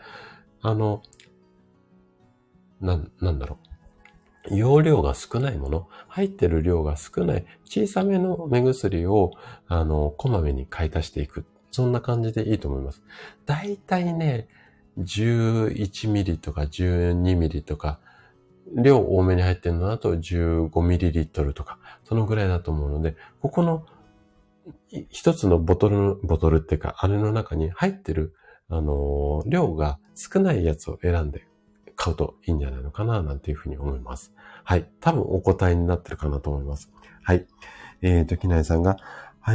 なんだろう。容量が少ないもの、入ってる量が少ない小さめの目薬を、こまめに買い足していく。そんな感じでいいと思います。だいたいね、11ミリとか12ミリとか、量多めに入ってるのだと 15ml とか、そのぐらいだと思うので、ここの一つのボトルっていうか、あれの中に入ってる、量が少ないやつを選んで買うといいんじゃないのかな、なんていうふうに思います。はい。多分お答えになってるかなと思います。はい。きなえさんが、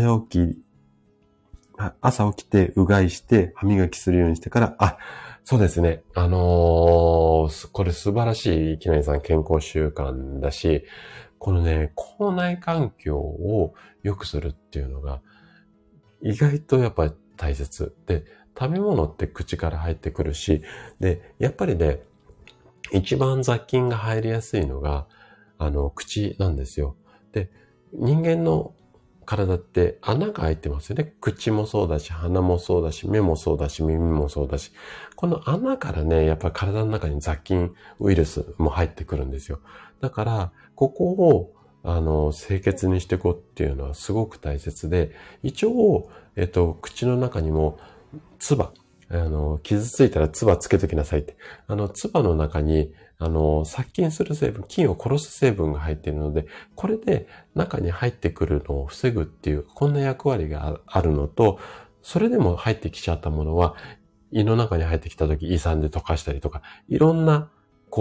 朝起きて、うがいして、歯磨きするようにしてから、そうですね。これ素晴らしい、きなりさん健康習慣だし、このね、口内環境を良くするっていうのが、意外とやっぱり大切。で、食べ物って口から入ってくるし、で、やっぱりね、一番雑菌が入りやすいのが、口なんですよ。で、人間の体って穴が開いてますよね。口もそうだし、鼻もそうだし、目もそうだし、耳もそうだし。この穴からね、やっぱり体の中に雑菌、ウイルスも入ってくるんですよ。だから、ここを、清潔にしていこうっていうのはすごく大切で、一応、口の中にも、唾、傷ついたら唾つけときなさいって。唾の中に、殺菌する成分、菌を殺す成分が入っているので、これで中に入ってくるのを防ぐっていう、こんな役割があるのと、それでも入ってきちゃったものは、胃の中に入ってきたとき胃酸で溶かしたりとか、いろんな、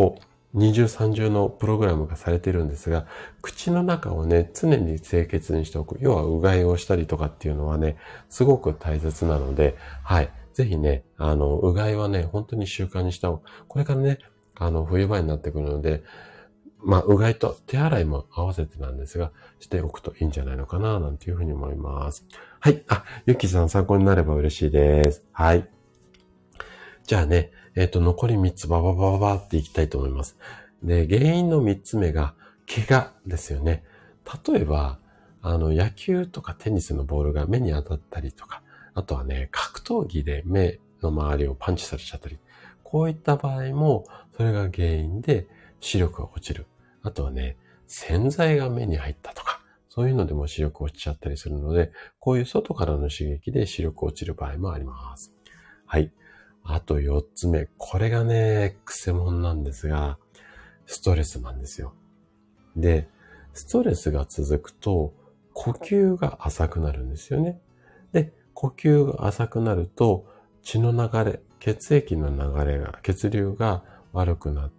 二重三重のプログラムがされているんですが、口の中をね、常に清潔にしておく。要はうがいをしたりとかっていうのはね、すごく大切なので、はい。ぜひね、うがいはね、本当に習慣にした方が、これからね、冬場になってくるので、うがいと手洗いも合わせてなんですが、しておくといいんじゃないのかな、なんていうふうに思います。はい。ゆきさん参考になれば嬉しいです。はい。じゃあね、残り3つバババババっていきたいと思います。で、原因の3つ目が、怪我ですよね。例えば、野球とかテニスのボールが目に当たったりとか、あとはね、格闘技で目の周りをパンチされちゃったり、こういった場合も、それが原因で視力が落ちる。あとはね、洗剤が目に入ったとか、そういうのでも視力落ちちゃったりするので、こういう外からの刺激で視力落ちる場合もあります。はい。あと4つ目。これがね、癖もんなんですが、ストレスなんですよ。で、ストレスが続くと、呼吸が浅くなるんですよね。で、呼吸が浅くなると、血の流れ、血液の流れが、血流が悪くなって、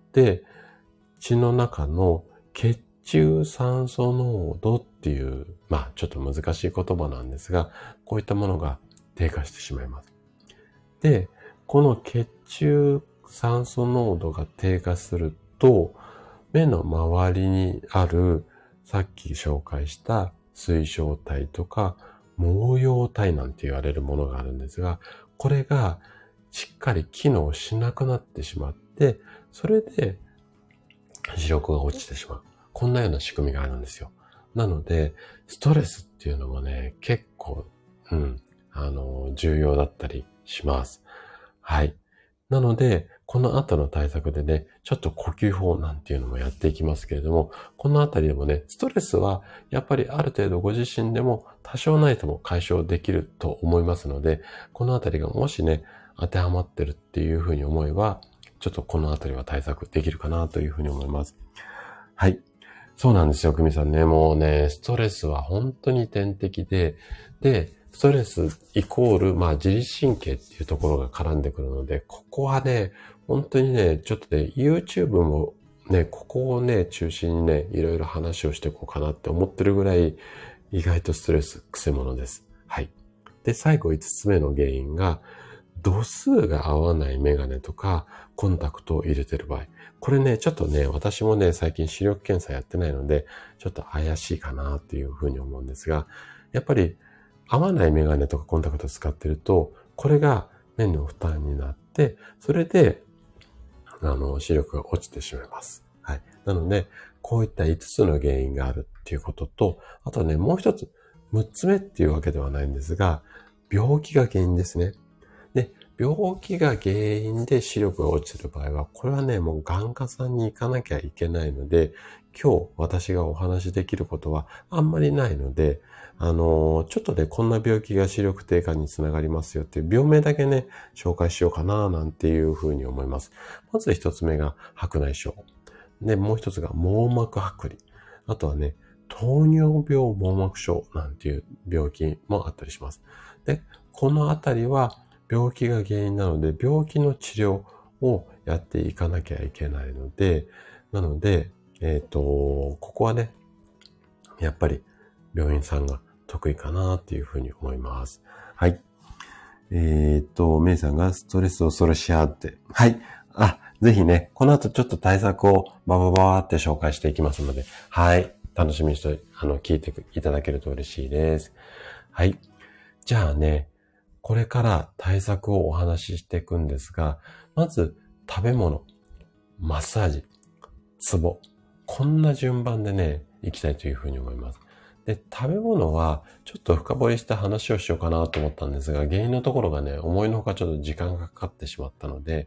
血の中の血中酸素濃度っていう、ちょっと難しい言葉なんですが、こういったものが低下してしまいます。で、この血中酸素濃度が低下すると、目の周りにある、さっき紹介した水晶体とか、毛様体なんて言われるものがあるんですが、これがしっかり機能しなくなってしまって、それで視力が落ちてしまう。こんなような仕組みがあるんですよ。なので、ストレスっていうのもね、結構、重要だったりします。はい。なので、この後の対策でね、ちょっと呼吸法なんていうのもやっていきますけれども、このあたりでもね、ストレスはやっぱりある程度ご自身でも多少ないとも解消できると思いますので、このあたりがもしね、当てはまってるっていうふうに思えば、ちょっとこのあたりは対策できるかなというふうに思います。はい。そうなんですよ、久美さんね。もうね、ストレスは本当に天敵で、ストレスイコール、自律神経っていうところが絡んでくるので、ここはね、本当にね、ちょっとね、YouTube もね、ここをね、中心にね、いろいろ話をしていこうかなって思ってるぐらい、意外とストレス、くせ者です。はい。で、最後5つ目の原因が、度数が合わないメガネとか、コンタクトを入れてる場合。これね、ちょっとね、私もね、最近視力検査やってないので、ちょっと怪しいかなっていうふうに思うんですが、やっぱり合わないメガネとかコンタクトを使ってると、これが目の負担になって、それで、視力が落ちてしまいます。はい。なので、こういった5つの原因があるっていうことと、あとね、もう一つ、6つ目っていうわけではないんですが、病気が原因ですね。で、病気が原因で視力が落ちている場合は、これはね、もう眼科さんに行かなきゃいけないので、今日私がお話しできることはあんまりないので、ちょっとね、こんな病気が視力低下につながりますよっていう病名だけね、紹介しようかななんていうふうに思います。まず一つ目が白内障。で、もう一つが網膜剥離。あとはね、糖尿病網膜症なんていう病気もあったりします。で、このあたりは病気が原因なので、病気の治療をやっていかなきゃいけないので、なので、ここはね、やっぱり病院さんが得意かなっていうふうに思います。はい。メイさんがストレス恐ろしやって。はい。ぜひね、この後ちょっと対策をバババーって紹介していきますので、はい。楽しみにして、聞いていただけると嬉しいです。はい。じゃあね、これから対策をお話ししていくんですが、まず食べ物、マッサージ、ツボ。こんな順番でね、行きたいというふうに思います。で、食べ物はちょっと深掘りした話をしようかなと思ったんですが、原因のところがね、思いのほかちょっと時間がかかってしまったので、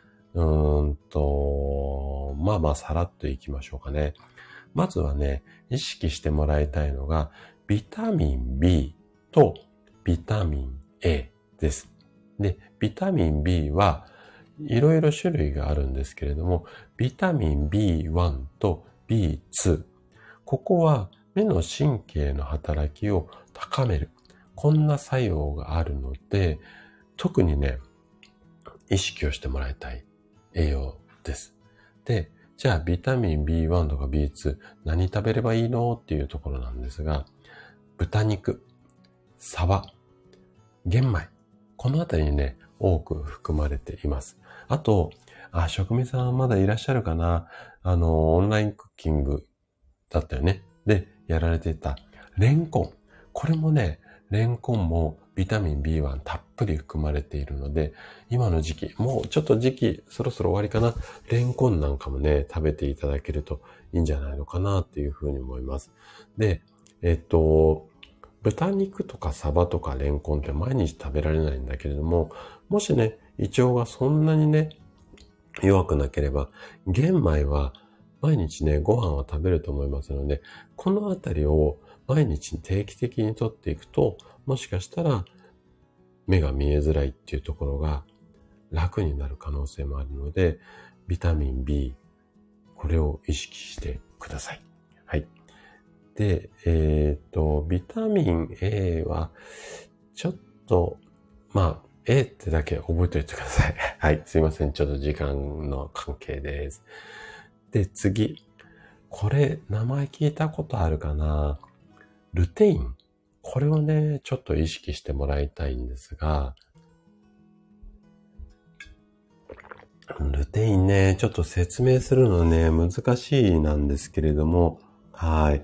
さらっと行きましょうかね。まずはね、意識してもらいたいのが、ビタミン B とビタミン A です。で、ビタミン B はいろいろ種類があるんですけれども、ビタミン B1 と B2。ここは目の神経の働きを高める。こんな作用があるので、特にね、意識をしてもらいたい栄養です。で、 じゃあビタミン B1 とか B2 何食べればいいのっていうところなんですが、豚肉、サバ、玄米、このあたりにね、多く含まれています。あと、職味さんまだいらっしゃるかな？オンラインクッキングだったよね。で、やられていたレンコン。これもね、レンコンもビタミン B1 たっぷり含まれているので、今の時期、もうちょっと時期そろそろ終わりかな。レンコンなんかもね、食べていただけるといいんじゃないのかなっていうふうに思います。で、豚肉とかサバとかレンコンって毎日食べられないんだけれども、もしね、胃腸がそんなにね、弱くなければ、玄米は毎日ね、ご飯は食べると思いますので、このあたりを毎日定期的にとっていくと、もしかしたら目が見えづらいっていうところが楽になる可能性もあるので、ビタミン B、これを意識してください。はい。で、ビタミン A は、ちょっと、A ってだけ覚えておいてください。はい。すいません。ちょっと時間の関係です。で、次。これ、名前聞いたことあるかな？ルテイン。これをね、ちょっと意識してもらいたいんですが、ルテインね、ちょっと説明するのね、難しいなんですけれども、はい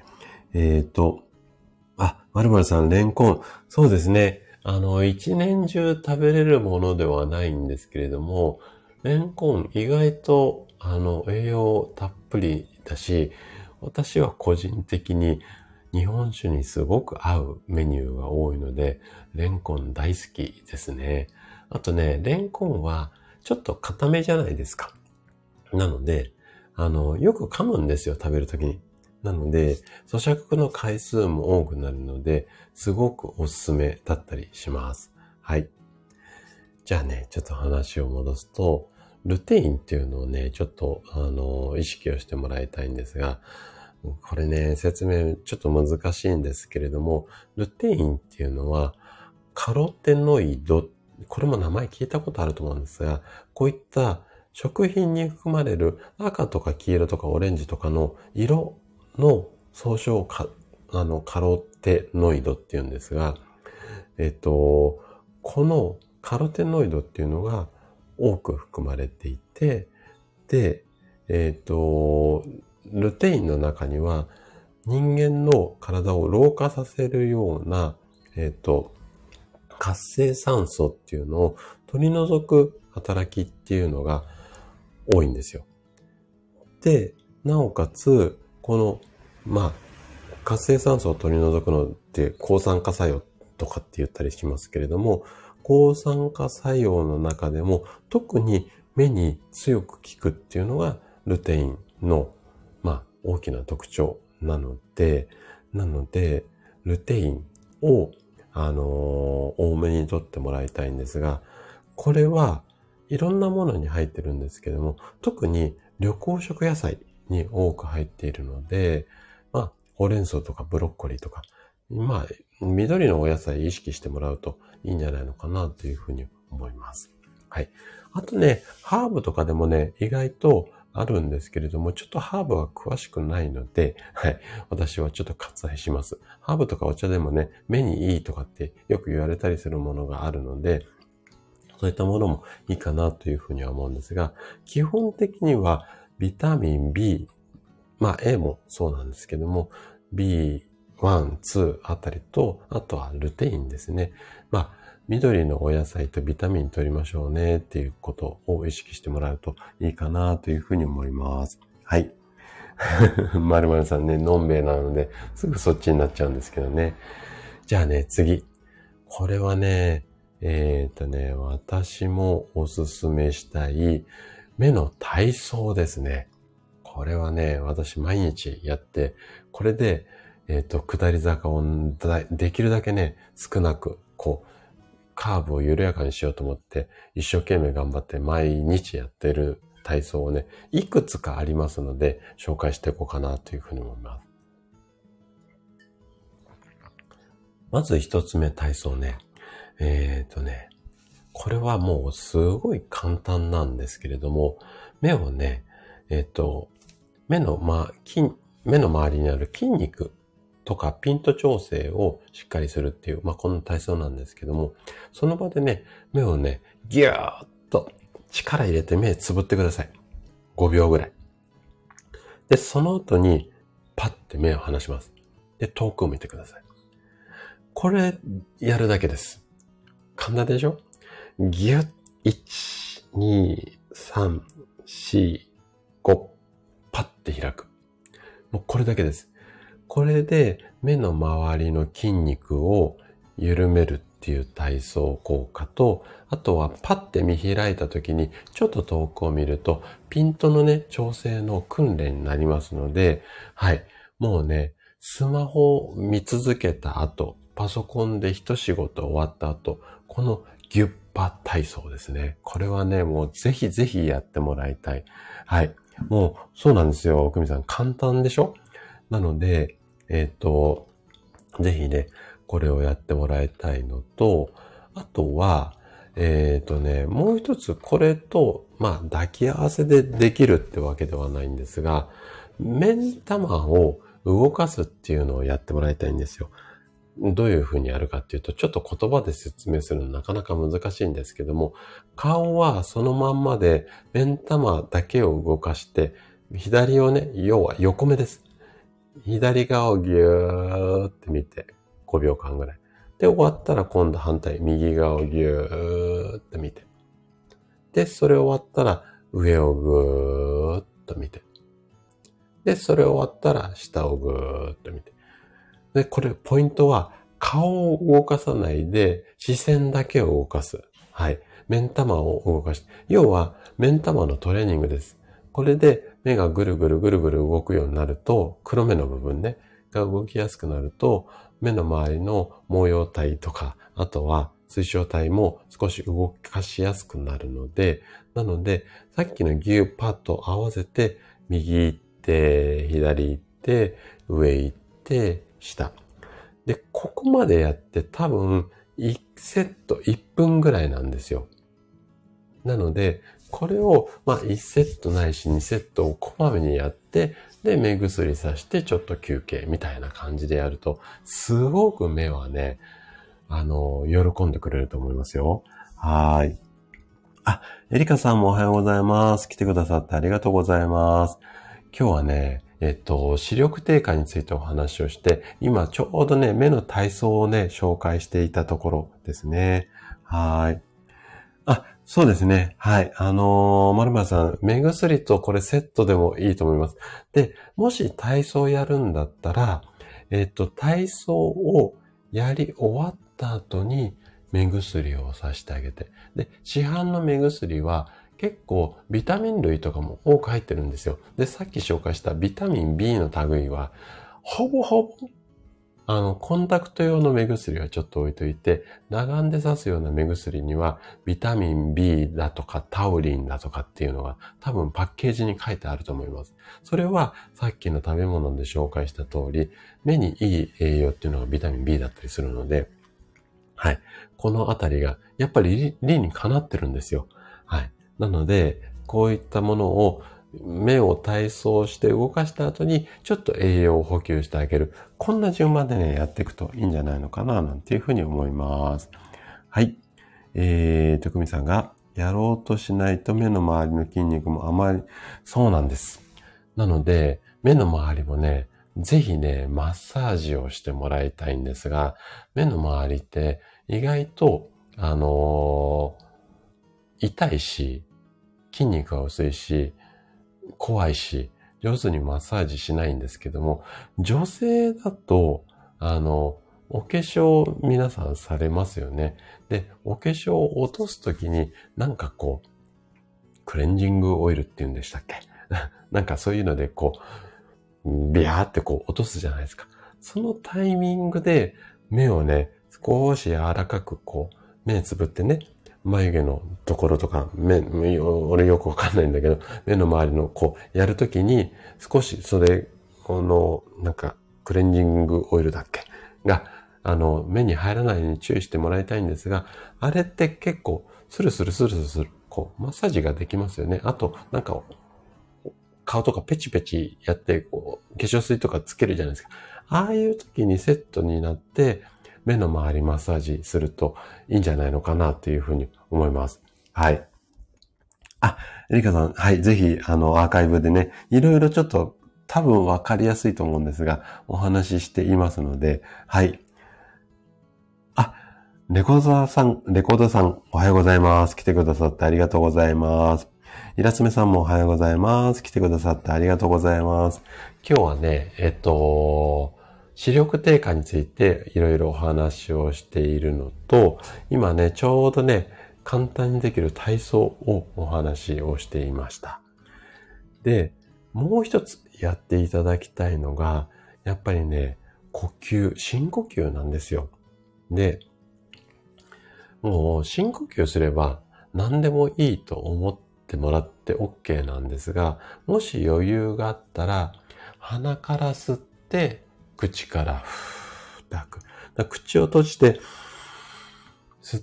。〇〇さん、レンコン。そうですね。一年中食べれるものではないんですけれども、レンコン意外と、栄養たっぷりだし、私は個人的に日本酒にすごく合うメニューが多いので、レンコン大好きですね。あとね、レンコンはちょっと固めじゃないですか。なので、よく噛むんですよ、食べるときに。なので、咀嚼の回数も多くなるので、すごくおすすめだったりします。はい。じゃあね、ちょっと話を戻すと、ルテインっていうのをね、ちょっと、意識をしてもらいたいんですが、これね、説明ちょっと難しいんですけれども、ルテインっていうのは、カロテノイド、これも名前聞いたことあると思うんですが、こういった食品に含まれる赤とか黄色とかオレンジとかの色の総称をカロテノイドっていうんですが、このカロテノイドっていうのが多く含まれていて、で、ルテインの中には人間の体を老化させるような、活性酸素っていうのを取り除く働きっていうのが多いんですよ。で、なおかつ、この、活性酸素を取り除くのって抗酸化作用とかって言ったりしますけれども、抗酸化作用の中でも特に目に強く効くっていうのがルテインの、大きな特徴なので、ルテインを、多めに取ってもらいたいんですが、これはいろんなものに入ってるんですけども、特に緑黄色野菜に多く入っているので、ほうれん草とかブロッコリーとか、緑のお野菜意識してもらうといいんじゃないのかなというふうに思います。はい。あとね、ハーブとかでもね、意外とあるんですけれども、ちょっとハーブは詳しくないので、はい。私はちょっと割愛します。ハーブとかお茶でもね、目にいいとかってよく言われたりするものがあるので、そういったものもいいかなというふうには思うんですが、基本的にはビタミン B、A もそうなんですけども、B1、2あたりと、あとはルテインですね。緑のお野菜とビタミン取りましょうねっていうことを意識してもらうといいかなというふうに思います。はい。まるまるさんね、のんべえなので、すぐそっちになっちゃうんですけどね。じゃあね、次。これはね、私もおすすめしたい目の体操ですね。これはね、私毎日やって、これで、下り坂をできるだけね、少なく、カーブを緩やかにしようと思って、一生懸命頑張って毎日やってる体操をね、いくつかありますので、紹介していこうかなというふうに思います。まず一つ目体操ね。これはもうすごい簡単なんですけれども、目をね、 目の周りにある筋肉とかピント調整をしっかりするっていう、この体操なんですけども、その場でね、目をね、ギューッと力入れて目つぶってください。5秒ぐらい。で、その後にパッて目を離します。で、遠くを見てください。これ、やるだけです。簡単でしょ？ギュッ、1、2、3、4、5、パッて開く。もうこれだけです。これで目の周りの筋肉を緩めるっていう体操効果と、あとはパッて見開いた時にちょっと遠くを見るとピントのね、調整の訓練になりますので、はい。もうね、スマホを見続けた後、パソコンで一仕事終わった後、このギュッパ体操ですね。これはね、もうぜひぜひやってもらいたい。はい。もうそうなんですよ。久美さん、簡単でしょ？なので、ぜひね、これをやってもらいたいのと、あとは、もう一つこれと、抱き合わせでできるってわけではないんですが、目ん玉を動かすっていうのをやってもらいたいんですよ。どういうふうにやるかっていうと、ちょっと言葉で説明するのなかなか難しいんですけども、顔はそのまんまで目ん玉だけを動かして、左をね、要は横目です。左側をギューって見て、5秒間ぐらい。で、終わったら今度反対、右側をギューって見て。で、それ終わったら上をぐーっと見て。で、それ終わったら下をぐーっと見て。で、これ、ポイントは、顔を動かさないで、視線だけを動かす。はい。目ん玉を動かして。要は、目ん玉のトレーニングです。これで、目がぐるぐるぐるぐる動くようになると、黒目の部分ね、が動きやすくなると、目の周りの毛様体とか、あとは水晶体も少し動かしやすくなるので、なので、さっきのギューパッと合わせて、右行って、左行って、上行って、下。で、ここまでやって多分1セット1分ぐらいなんですよ。なので、これを1セットないし2セットをこまめにやって、で、目薬さしてちょっと休憩みたいな感じでやると、すごく目はね、喜んでくれると思いますよ。はい。あ、エリカさんもおはようございます。来てくださってありがとうございます。今日はね、視力低下についてお話をして、今ちょうどね、目の体操をね、紹介していたところですね。はい。あ、そうですね。はい。丸村さん、目薬とこれセットでもいいと思います。で、もし体操やるんだったら、体操をやり終わった後に目薬をさしてあげて。で、市販の目薬は結構ビタミン類とかも多く入ってるんですよ。で、さっき紹介したビタミン B の類は、ほぼほぼコンタクト用の目薬はちょっと置いといて、裸眼で刺すような目薬には、ビタミン B だとかタウリンだとかっていうのが多分パッケージに書いてあると思います。それはさっきの食べ物で紹介した通り、目にいい栄養っていうのがビタミン B だったりするので、はい。このあたりが、やっぱり理にかなってるんですよ。はい。なので、こういったものを目を体操して動かした後にちょっと栄養を補給してあげる。こんな順番でね、やっていくといいんじゃないのかな、なんていうふうに思います。はい。久美さんが、やろうとしないと目の周りの筋肉もあまり、そうなんです。なので、目の周りもね、ぜひね、マッサージをしてもらいたいんですが、目の周りって意外と、痛いし、筋肉が薄いし、怖いし、上手にマッサージしないんですけども、女性だと、お化粧皆さんされますよね。で、お化粧を落とすときに、なんかこう、クレンジングオイルって言うんでしたっけなんかそういうのでこう、ビャーってこう落とすじゃないですか。そのタイミングで目をね、少し柔らかくこう、目つぶってね、眉毛のところとか、俺よくわかんないんだけど、目の周りのこう、やるときに、少しそれ、なんか、クレンジングオイルだっけが、目に入らないように注意してもらいたいんですが、あれって結構、スルスルスルスル、こう、マッサージができますよね。あと、なんか、 顔とかペチペチやって、こう、化粧水とかつけるじゃないですか。ああいう時にセットになって、目の周りマッサージするといいんじゃないのかなっていうふうに思います。はい。あ、エリカさん、はい、ぜひ、アーカイブでね、いろいろちょっと多分わかりやすいと思うんですが、お話ししていますので、はい。あ、レコーダーさん、おはようございます。来てくださってありがとうございます。イラスメさんもおはようございます。来てくださってありがとうございます。今日はね、視力低下についていろいろお話をしているのと、今ね、ちょうどね、簡単にできる体操をお話をしていました。で、もう一つやっていただきたいのが、やっぱりね、深呼吸なんですよ。で、もう深呼吸すれば何でもいいと思ってもらって OK なんですが、もし余裕があったら、鼻から吸って、口からふーって吐く。口を閉じて、吸って、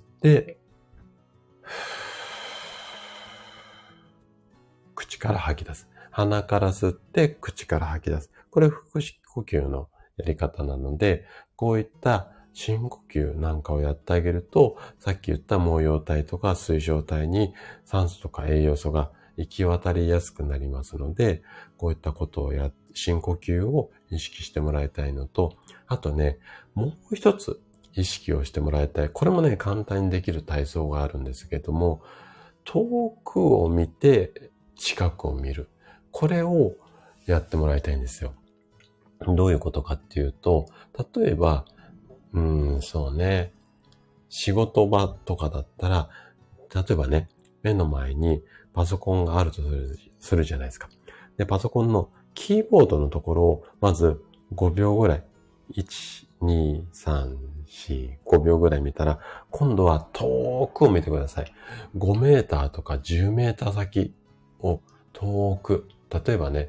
口から吐き出す。鼻から吸って、口から吐き出す。これ腹式呼吸のやり方なので、こういった深呼吸なんかをやってあげると、さっき言った毛様体とか水晶体に酸素とか栄養素が行き渡りやすくなりますので、こういったことを深呼吸を意識してもらいたいのと、あとね、もう一つ意識をしてもらいたい。これもね、簡単にできる体操があるんですけども、遠くを見て近くを見る。これをやってもらいたいんですよ。どういうことかっていうと、例えば、そうね。仕事場とかだったら、例えばね、目の前にパソコンがあるとするじゃないですか。で、パソコンのキーボードのところを、まず5秒ぐらい、1、2、3、4、5秒ぐらい見たら、今度は遠くを見てください。5メーターとか10メーター先を遠く、例えばね、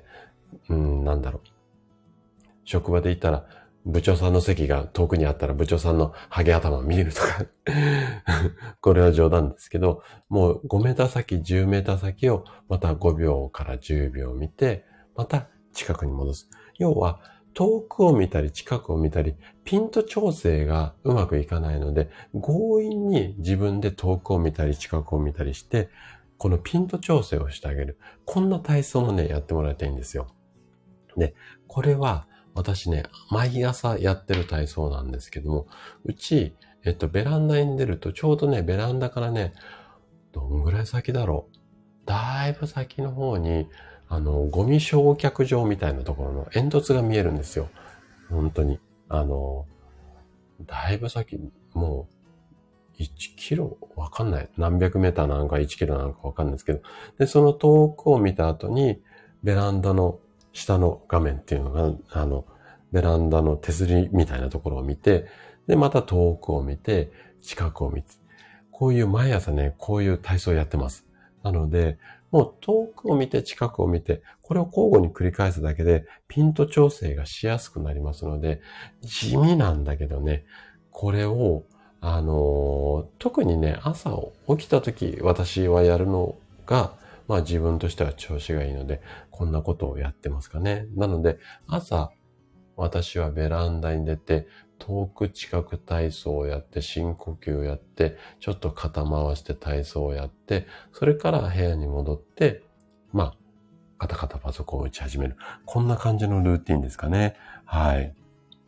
職場で行ったら、部長さんの席が遠くにあったら部長さんのハゲ頭を見るとか。これは冗談ですけど、もう5メーター先、10メーター先をまた5秒から10秒見て、また近くに戻す。要は、遠くを見たり近くを見たり、ピント調整がうまくいかないので、強引に自分で遠くを見たり近くを見たりして、このピント調整をしてあげる。こんな体操もね、やってもらいたいんですよ。で、これは、私ね、毎朝やってる体操なんですけども、うち、ベランダに出ると、ちょうどね、ベランダからね、どんぐらい先だろう。だいぶ先の方に、ゴミ焼却場みたいなところの煙突が見えるんですよ。本当に。だいぶ先、もう、1キロわかんない。何百メーターなのか1キロなのかわかんないですけど。で、その遠くを見た後に、ベランダの下の画面っていうのが、ベランダの手すりみたいなところを見て、で、また遠くを見て、近くを見て、こういう毎朝ね、こういう体操をやってます。なので、もう遠くを見て、近くを見て、これを交互に繰り返すだけで、ピント調整がしやすくなりますので、地味なんだけどね、これを、特にね、朝起きた時、私はやるのが、まあ自分としては調子がいいので、こんなことをやってますかね。なので、朝、私はベランダに出て、遠く近く体操をやって、深呼吸をやって、ちょっと肩回して体操をやって、それから部屋に戻って、まあ、カタカタパソコンを打ち始める。こんな感じのルーティンですかね。はい。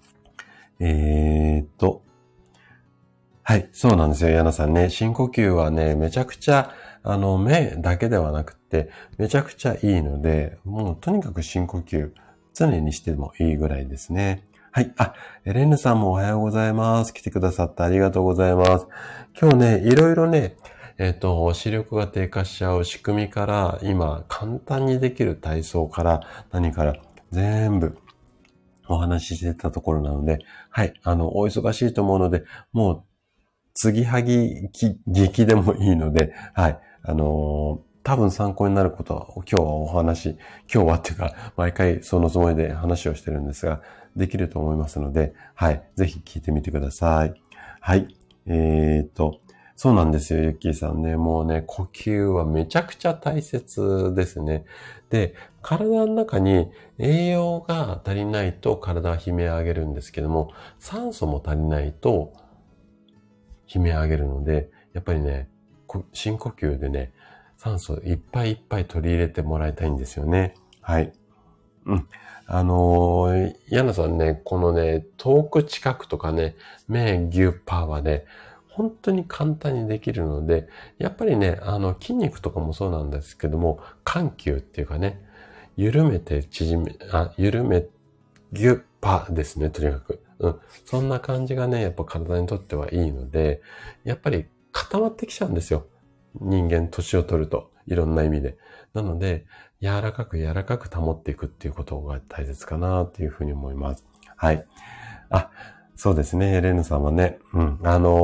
はい、そうなんですよ、ヤナさんね。深呼吸はね、めちゃくちゃ、目だけではなくて、めちゃくちゃいいので、もうとにかく深呼吸、常にしてもいいぐらいですね。はい。エレンヌさんもおはようございます。来てくださってありがとうございます。今日ね、いろいろね、視力が低下しちゃう仕組みから、今、簡単にできる体操から、何から、全部、お話ししてたところなので、はい。お忙しいと思うので、もう、継ぎはぎ劇でもいいので、はい。多分参考になることは、今日はっていうか、毎回そのつもりで話をしてるんですが、できると思いますので、はい。ぜひ聞いてみてください。はい。 そうなんですよ、ゆっきーさんね。もうね、呼吸はめちゃくちゃ大切ですね。で、体の中に栄養が足りないと体は悲鳴を上げるんですけども、酸素も足りないと悲鳴を上げるので、やっぱりね、深呼吸でね、酸素いっぱいいっぱい取り入れてもらいたいんですよね。はい。うん。ヤナさんね、このね、遠く近くとかね、目ギュッパーはね、本当に簡単にできるので、やっぱりね、筋肉とかもそうなんですけども、緩急っていうかね、緩めて縮め、緩め、ギュッパーですね、とにかく。うん。そんな感じがね、やっぱ体にとってはいいので、やっぱり固まってきちゃうんですよ。人間、年を取ると。いろんな意味で。なので、柔らかく柔らかく保っていくっていうことが大切かなっていうふうに思います。はい。あ、そうですね。エレーヌさんはね。うん。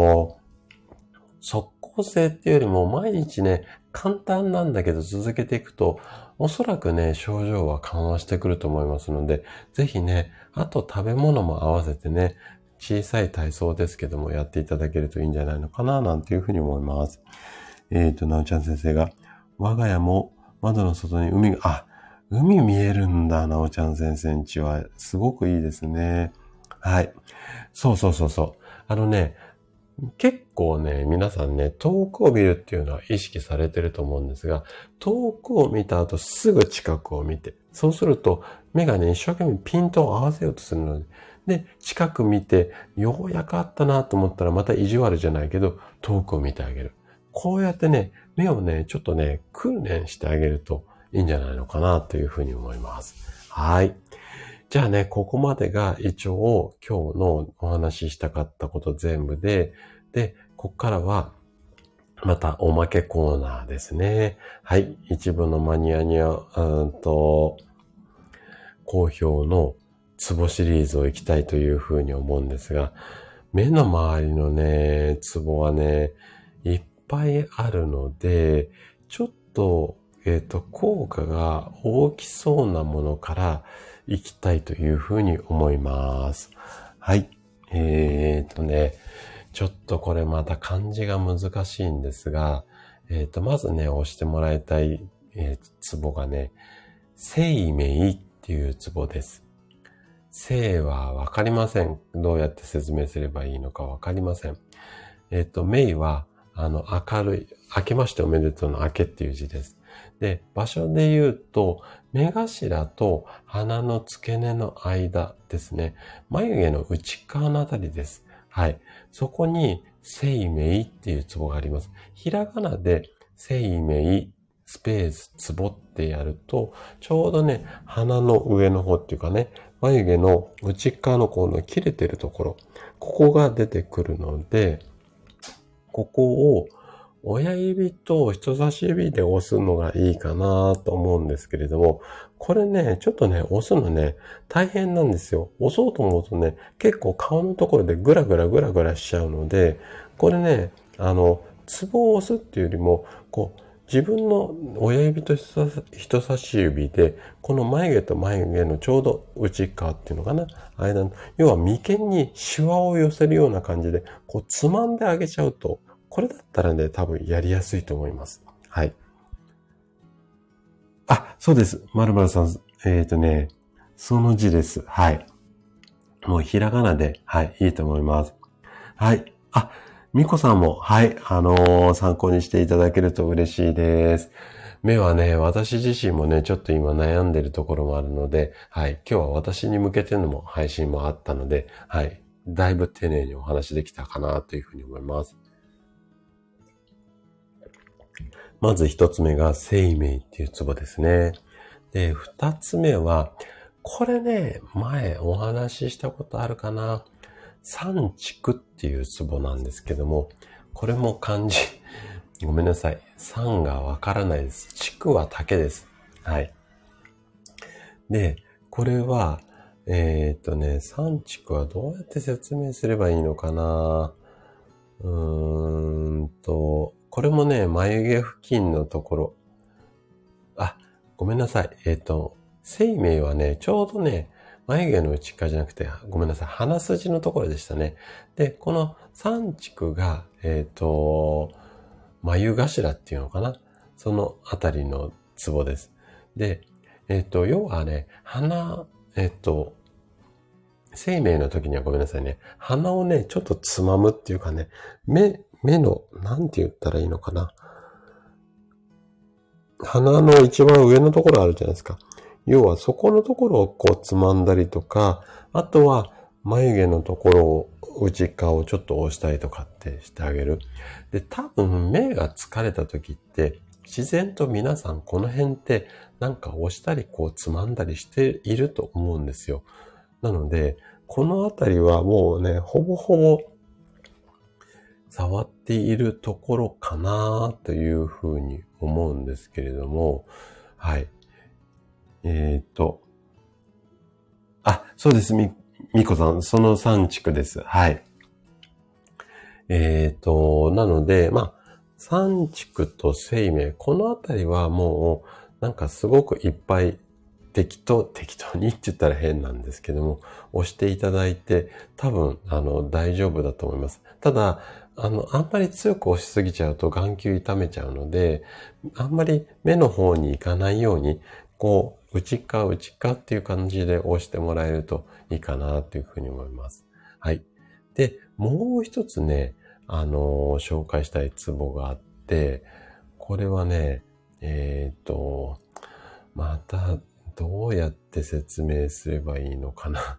即効性っていうよりも毎日ね、簡単なんだけど続けていくと、おそらくね、症状は緩和してくると思いますので、ぜひね、あと食べ物も合わせてね、小さい体操ですけどもやっていただけるといいんじゃないのかな、なんていうふうに思います。なおちゃん先生が、我が家も窓の外に海見えるんだ、なおちゃん先生んちは。すごくいいですね。はい。そうそうそうそう。結構ね、皆さんね、遠くを見るっていうのは意識されてると思うんですが、遠くを見た後すぐ近くを見て、そうすると目がね、一生懸命ピントを合わせようとするので、で、近く見て、ようやくあったなと思ったらまた意地悪じゃないけど、遠くを見てあげる。こうやってね、目をね、ちょっとね、訓練してあげるといいんじゃないのかなというふうに思います。はい。じゃあね、ここまでが一応今日のお話ししたかったこと全部で、ここからはまたおまけコーナーですね。はい。一部のマニアには、好評のツボシリーズを行きたいというふうに思うんですが、目の周りのね、ツボはね、いっぱいあるので、ちょっと、効果が大きそうなものから行きたいというふうに思います。はい。ちょっとこれまた漢字が難しいんですが、まずね、押してもらいたい、ツボがね、生命っていうツボです。生はわかりません。どうやって説明すればいいのかわかりません。明は、明るい、明けましておめでとうの明けっていう字です。で、場所で言うと、目頭と鼻の付け根の間ですね。眉毛の内側のあたりです。はい。そこに、生命っていうツボがあります。ひらがなで、生命、スペース、ツボってやると、ちょうどね、鼻の上の方っていうかね、眉毛の内側のこの切れてるところ、ここが出てくるので、ここを親指と人差し指で押すのがいいかなと思うんですけれども、これね、ちょっとね、押すのね、大変なんですよ。押そうと思うとね、結構顔のところでグラグラしちゃうので、これね、ツボを押すっていうよりも、自分の親指と人差し指で、この眉毛と眉毛のちょうど内側っていうのかな、間の、要は眉間にシワを寄せるような感じで、つまんであげちゃうと、これだったらね、多分やりやすいと思います。はい。そうです。〇〇さん、その字です。はい。もうひらがなで、はい、いいと思います。はい。みこさんも、はい、参考にしていただけると嬉しいです。目はね、私自身もね、ちょっと今悩んでるところもあるので、はい、今日は私に向けてのも配信もあったので、はい、だいぶ丁寧にお話できたかなというふうに思います。まず一つ目が生命っていうツボですね。で、二つ目は、これね、前お話ししたことあるかな。三竹っていうツボなんですけども、これも漢字。ごめんなさい。三がわからないです。竹は竹です。はい。で、これは、三竹はどうやって説明すればいいのかな。これもね、眉毛付近のところ。ごめんなさい。生命はね、ちょうどね、眉毛の内側じゃなくて、ごめんなさい。鼻筋のところでしたね。で、この三竹が、眉頭っていうのかな。そのあたりのツボです。で、要はね、生命の時にはごめんなさいね。鼻をね、ちょっとつまむっていうかね、目の、なんて言ったらいいのかな。鼻の一番上のところあるじゃないですか。要はそこのところをこうつまんだりとか、あとは眉毛のところを内側をちょっと押したりとかってしてあげる。で、多分目が疲れた時って自然と皆さんこの辺ってなんか押したりこうつまんだりしていると思うんですよ。なので、このあたりはもうね、ほぼほぼ触っているところかなというふうに思うんですけれども、はい。そうです。みこさん、その3地区です。はい。なので、三地区と生命、このあたりはもう、なんかすごくいっぱい適当にって言ったら変なんですけども、押していただいて、多分、大丈夫だと思います。ただ、あんまり強く押しすぎちゃうと眼球痛めちゃうので、あんまり目の方に行かないように、こう、内側っていう感じで押してもらえるといいかなというふうに思います。はい。で、もう一つね、紹介したいツボがあって、これはね、また、どうやって説明すればいいのかな。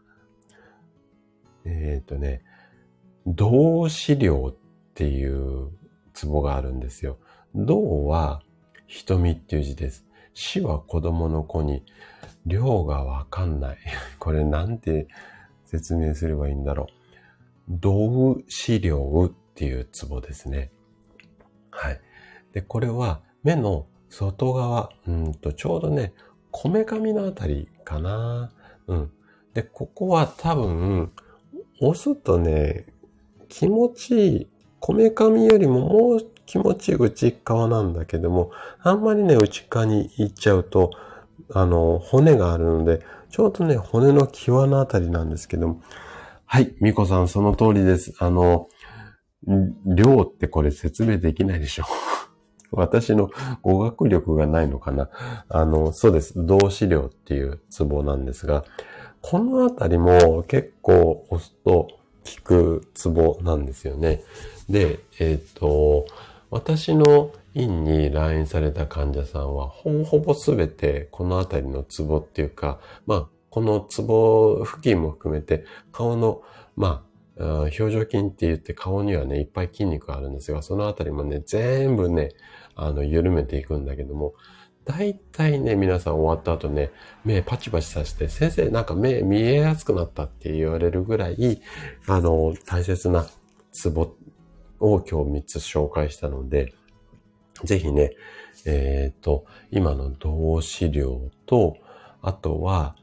動詞量っていうツボがあるんですよ。動は瞳っていう字です。死は子供の子に、量がわかんない。これなんて説明すればいいんだろう。動詞量っていうツボですね。はい。で、これは目の外側、ちょうどね、こめかみのあたりかな。で、ここは多分、押すとね、気持ちいい。こめかみよりももう気持ちいい内側なんだけども、あんまりね、内側に行っちゃうと、骨があるので、ちょうどね、骨の際のあたりなんですけども。はい、みこさん、その通りです。量ってこれ説明できないでしょ。私の語学力がないのかな。そうです。動詞量っていうツボなんですが、このあたりも結構押すと効くツボなんですよね。で、私の院に来院された患者さんは、ほぼほぼすべてこのあたりのツボっていうか、このツボ付近も含めて、顔の、表情筋って言って顔にはね、いっぱい筋肉があるんですが、そのあたりもね、全部ね、緩めていくんだけども、大体ね、皆さん終わった後ね、目パチパチさせて、先生なんか目見えやすくなったって言われるぐらい、大切なツボを今日3つ紹介したので、ぜひね、今の動詞量と、あとは、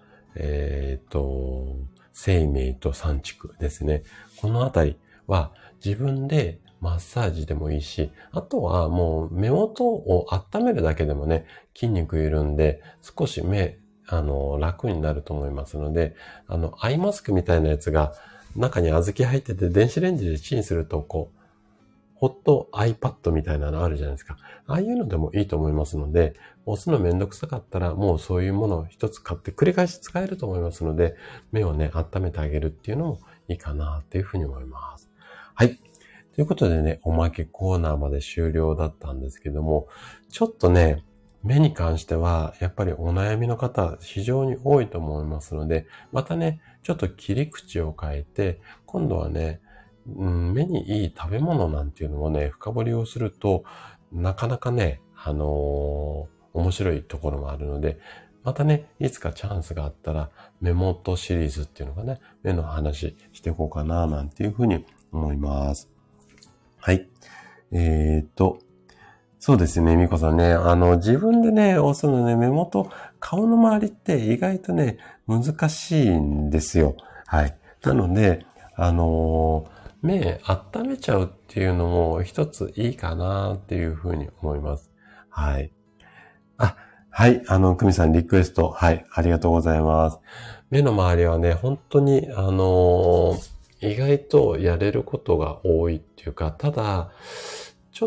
生命と三畜ですね。このあたりは自分でマッサージでもいいし、あとはもう目元を温めるだけでもね、筋肉緩んで少し目、楽になると思いますので、アイマスクみたいなやつが中に小豆入ってて電子レンジでチンするとこう、ホット iPad みたいなのあるじゃないですか。ああいうのでもいいと思いますので、押すのめんどくさかったらもうそういうものを一つ買って繰り返し使えると思いますので、目をね、温めてあげるっていうのもいいかなっていうふうに思います。はい。ということでね、おまけコーナーまで終了だったんですけども、ちょっとね、目に関しては、やっぱりお悩みの方、非常に多いと思いますので、またね、ちょっと切り口を変えて、今度はね、目にいい食べ物なんていうのをね、深掘りをすると、なかなかね、面白いところもあるので、またね、いつかチャンスがあったら、目元シリーズっていうのがね、目の話していこうかな、なんていうふうに思います。はい。そうですね、みこさんね、自分でね、押すのね、目元、顔の周りって意外とね、難しいんですよ。はい。なので、目温めちゃうっていうのも一ついいかなっていうふうに思います。はい。はい。久美さんリクエスト。はい。ありがとうございます。目の周りはね、本当に、 意外とやれることが多いっていうか、ただ、ちょっ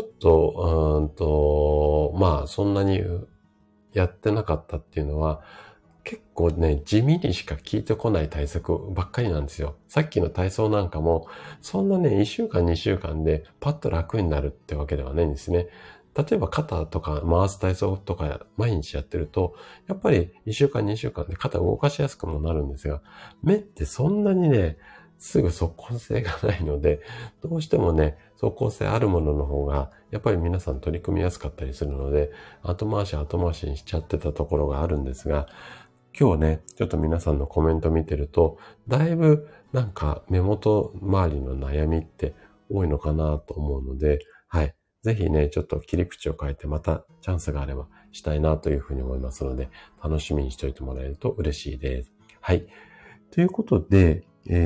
と、まあ、そんなにやってなかったっていうのは、結構ね、地味にしか効いてこない対策ばっかりなんですよ。さっきの体操なんかも、そんなね、1週間2週間でパッと楽になるってわけではないんですね。例えば肩とか回す体操とか毎日やってると、やっぱり1週間2週間で肩を動かしやすくもなるんですが、目ってそんなにね、すぐ即効性がないので、どうしてもね、即効性あるものの方が、やっぱり皆さん取り組みやすかったりするので、後回しにしちゃってたところがあるんですが、今日ね、ちょっと皆さんのコメント見てると、だいぶなんか目元周りの悩みって多いのかなと思うので、はい。ぜひね、ちょっと切り口を変えてまたチャンスがあればしたいなというふうに思いますので、楽しみにしておいてもらえると嬉しいです。はい。ということで、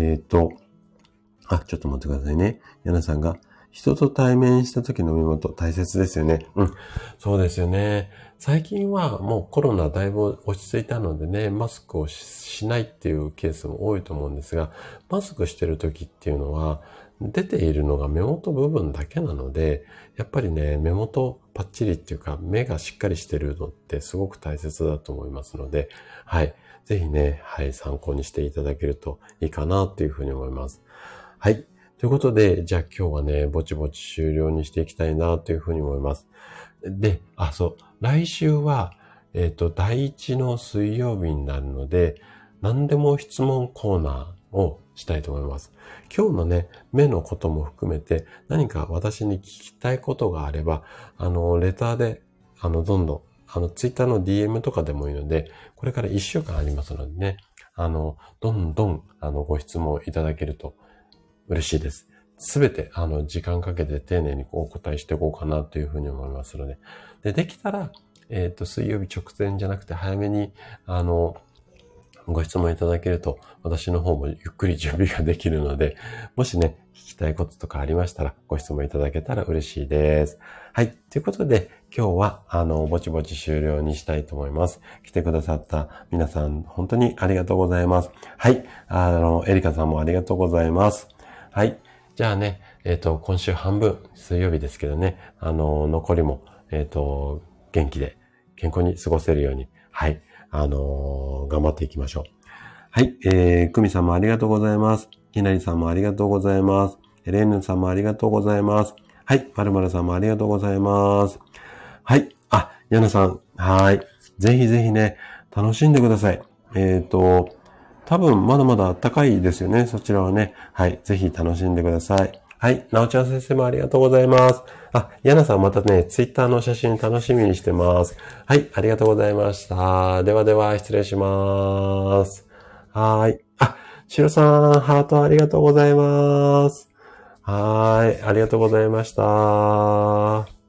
ちょっと待ってくださいね。ヤナさんが、人と対面した時の目元大切ですよね。うん。そうですよね。最近はもうコロナだいぶ落ち着いたのでね、マスクをしないっていうケースも多いと思うんですが、マスクしてる時っていうのは、出ているのが目元部分だけなので、やっぱりね、目元パッチリっていうか、目がしっかりしてるのってすごく大切だと思いますので、はい。ぜひね、はい、参考にしていただけるといいかなっていうふうに思います。はい。ということで、じゃあ今日はね、ぼちぼち終了にしていきたいなというふうに思います。で、そう。来週は、第一の水曜日になるので、何でも質問コーナーをしたいと思います。今日のね、目のことも含めて、何か私に聞きたいことがあれば、レターで、どんどん、ツイッターの DM とかでもいいので、これから1週間ありますのでね、どんどん、ご質問いただけると嬉しいです。すべて、時間かけて丁寧にお答えしていこうかなというふうに思いますので。できたら、水曜日直前じゃなくて早めに、ご質問いただけると、私の方もゆっくり準備ができるので、もしね、聞きたいこととかありましたら、ご質問いただけたら嬉しいです。はい。ということで、今日は、ぼちぼち終了にしたいと思います。来てくださった皆さん、本当にありがとうございます。はい。エリカさんもありがとうございます。はい。じゃあね、今週半分、水曜日ですけどね、残りも、元気で、健康に過ごせるように、はい。頑張っていきましょう。はい。久美さんもありがとうございます。ひなりさんもありがとうございます。エレーヌさんもありがとうございます。はい。まるまるさんもありがとうございます。はい。ヤナさん。はい。ぜひぜひね、楽しんでください。多分まだまだ暖かいですよね。そちらはね。はい。ぜひ楽しんでください。はい。なおちゃん先生もありがとうございます。ヤナさんまたね、ツイッターの写真楽しみにしてます。はい。ありがとうございました。ではでは、失礼します。はい。シロさん、ハートありがとうございます。はい。ありがとうございました。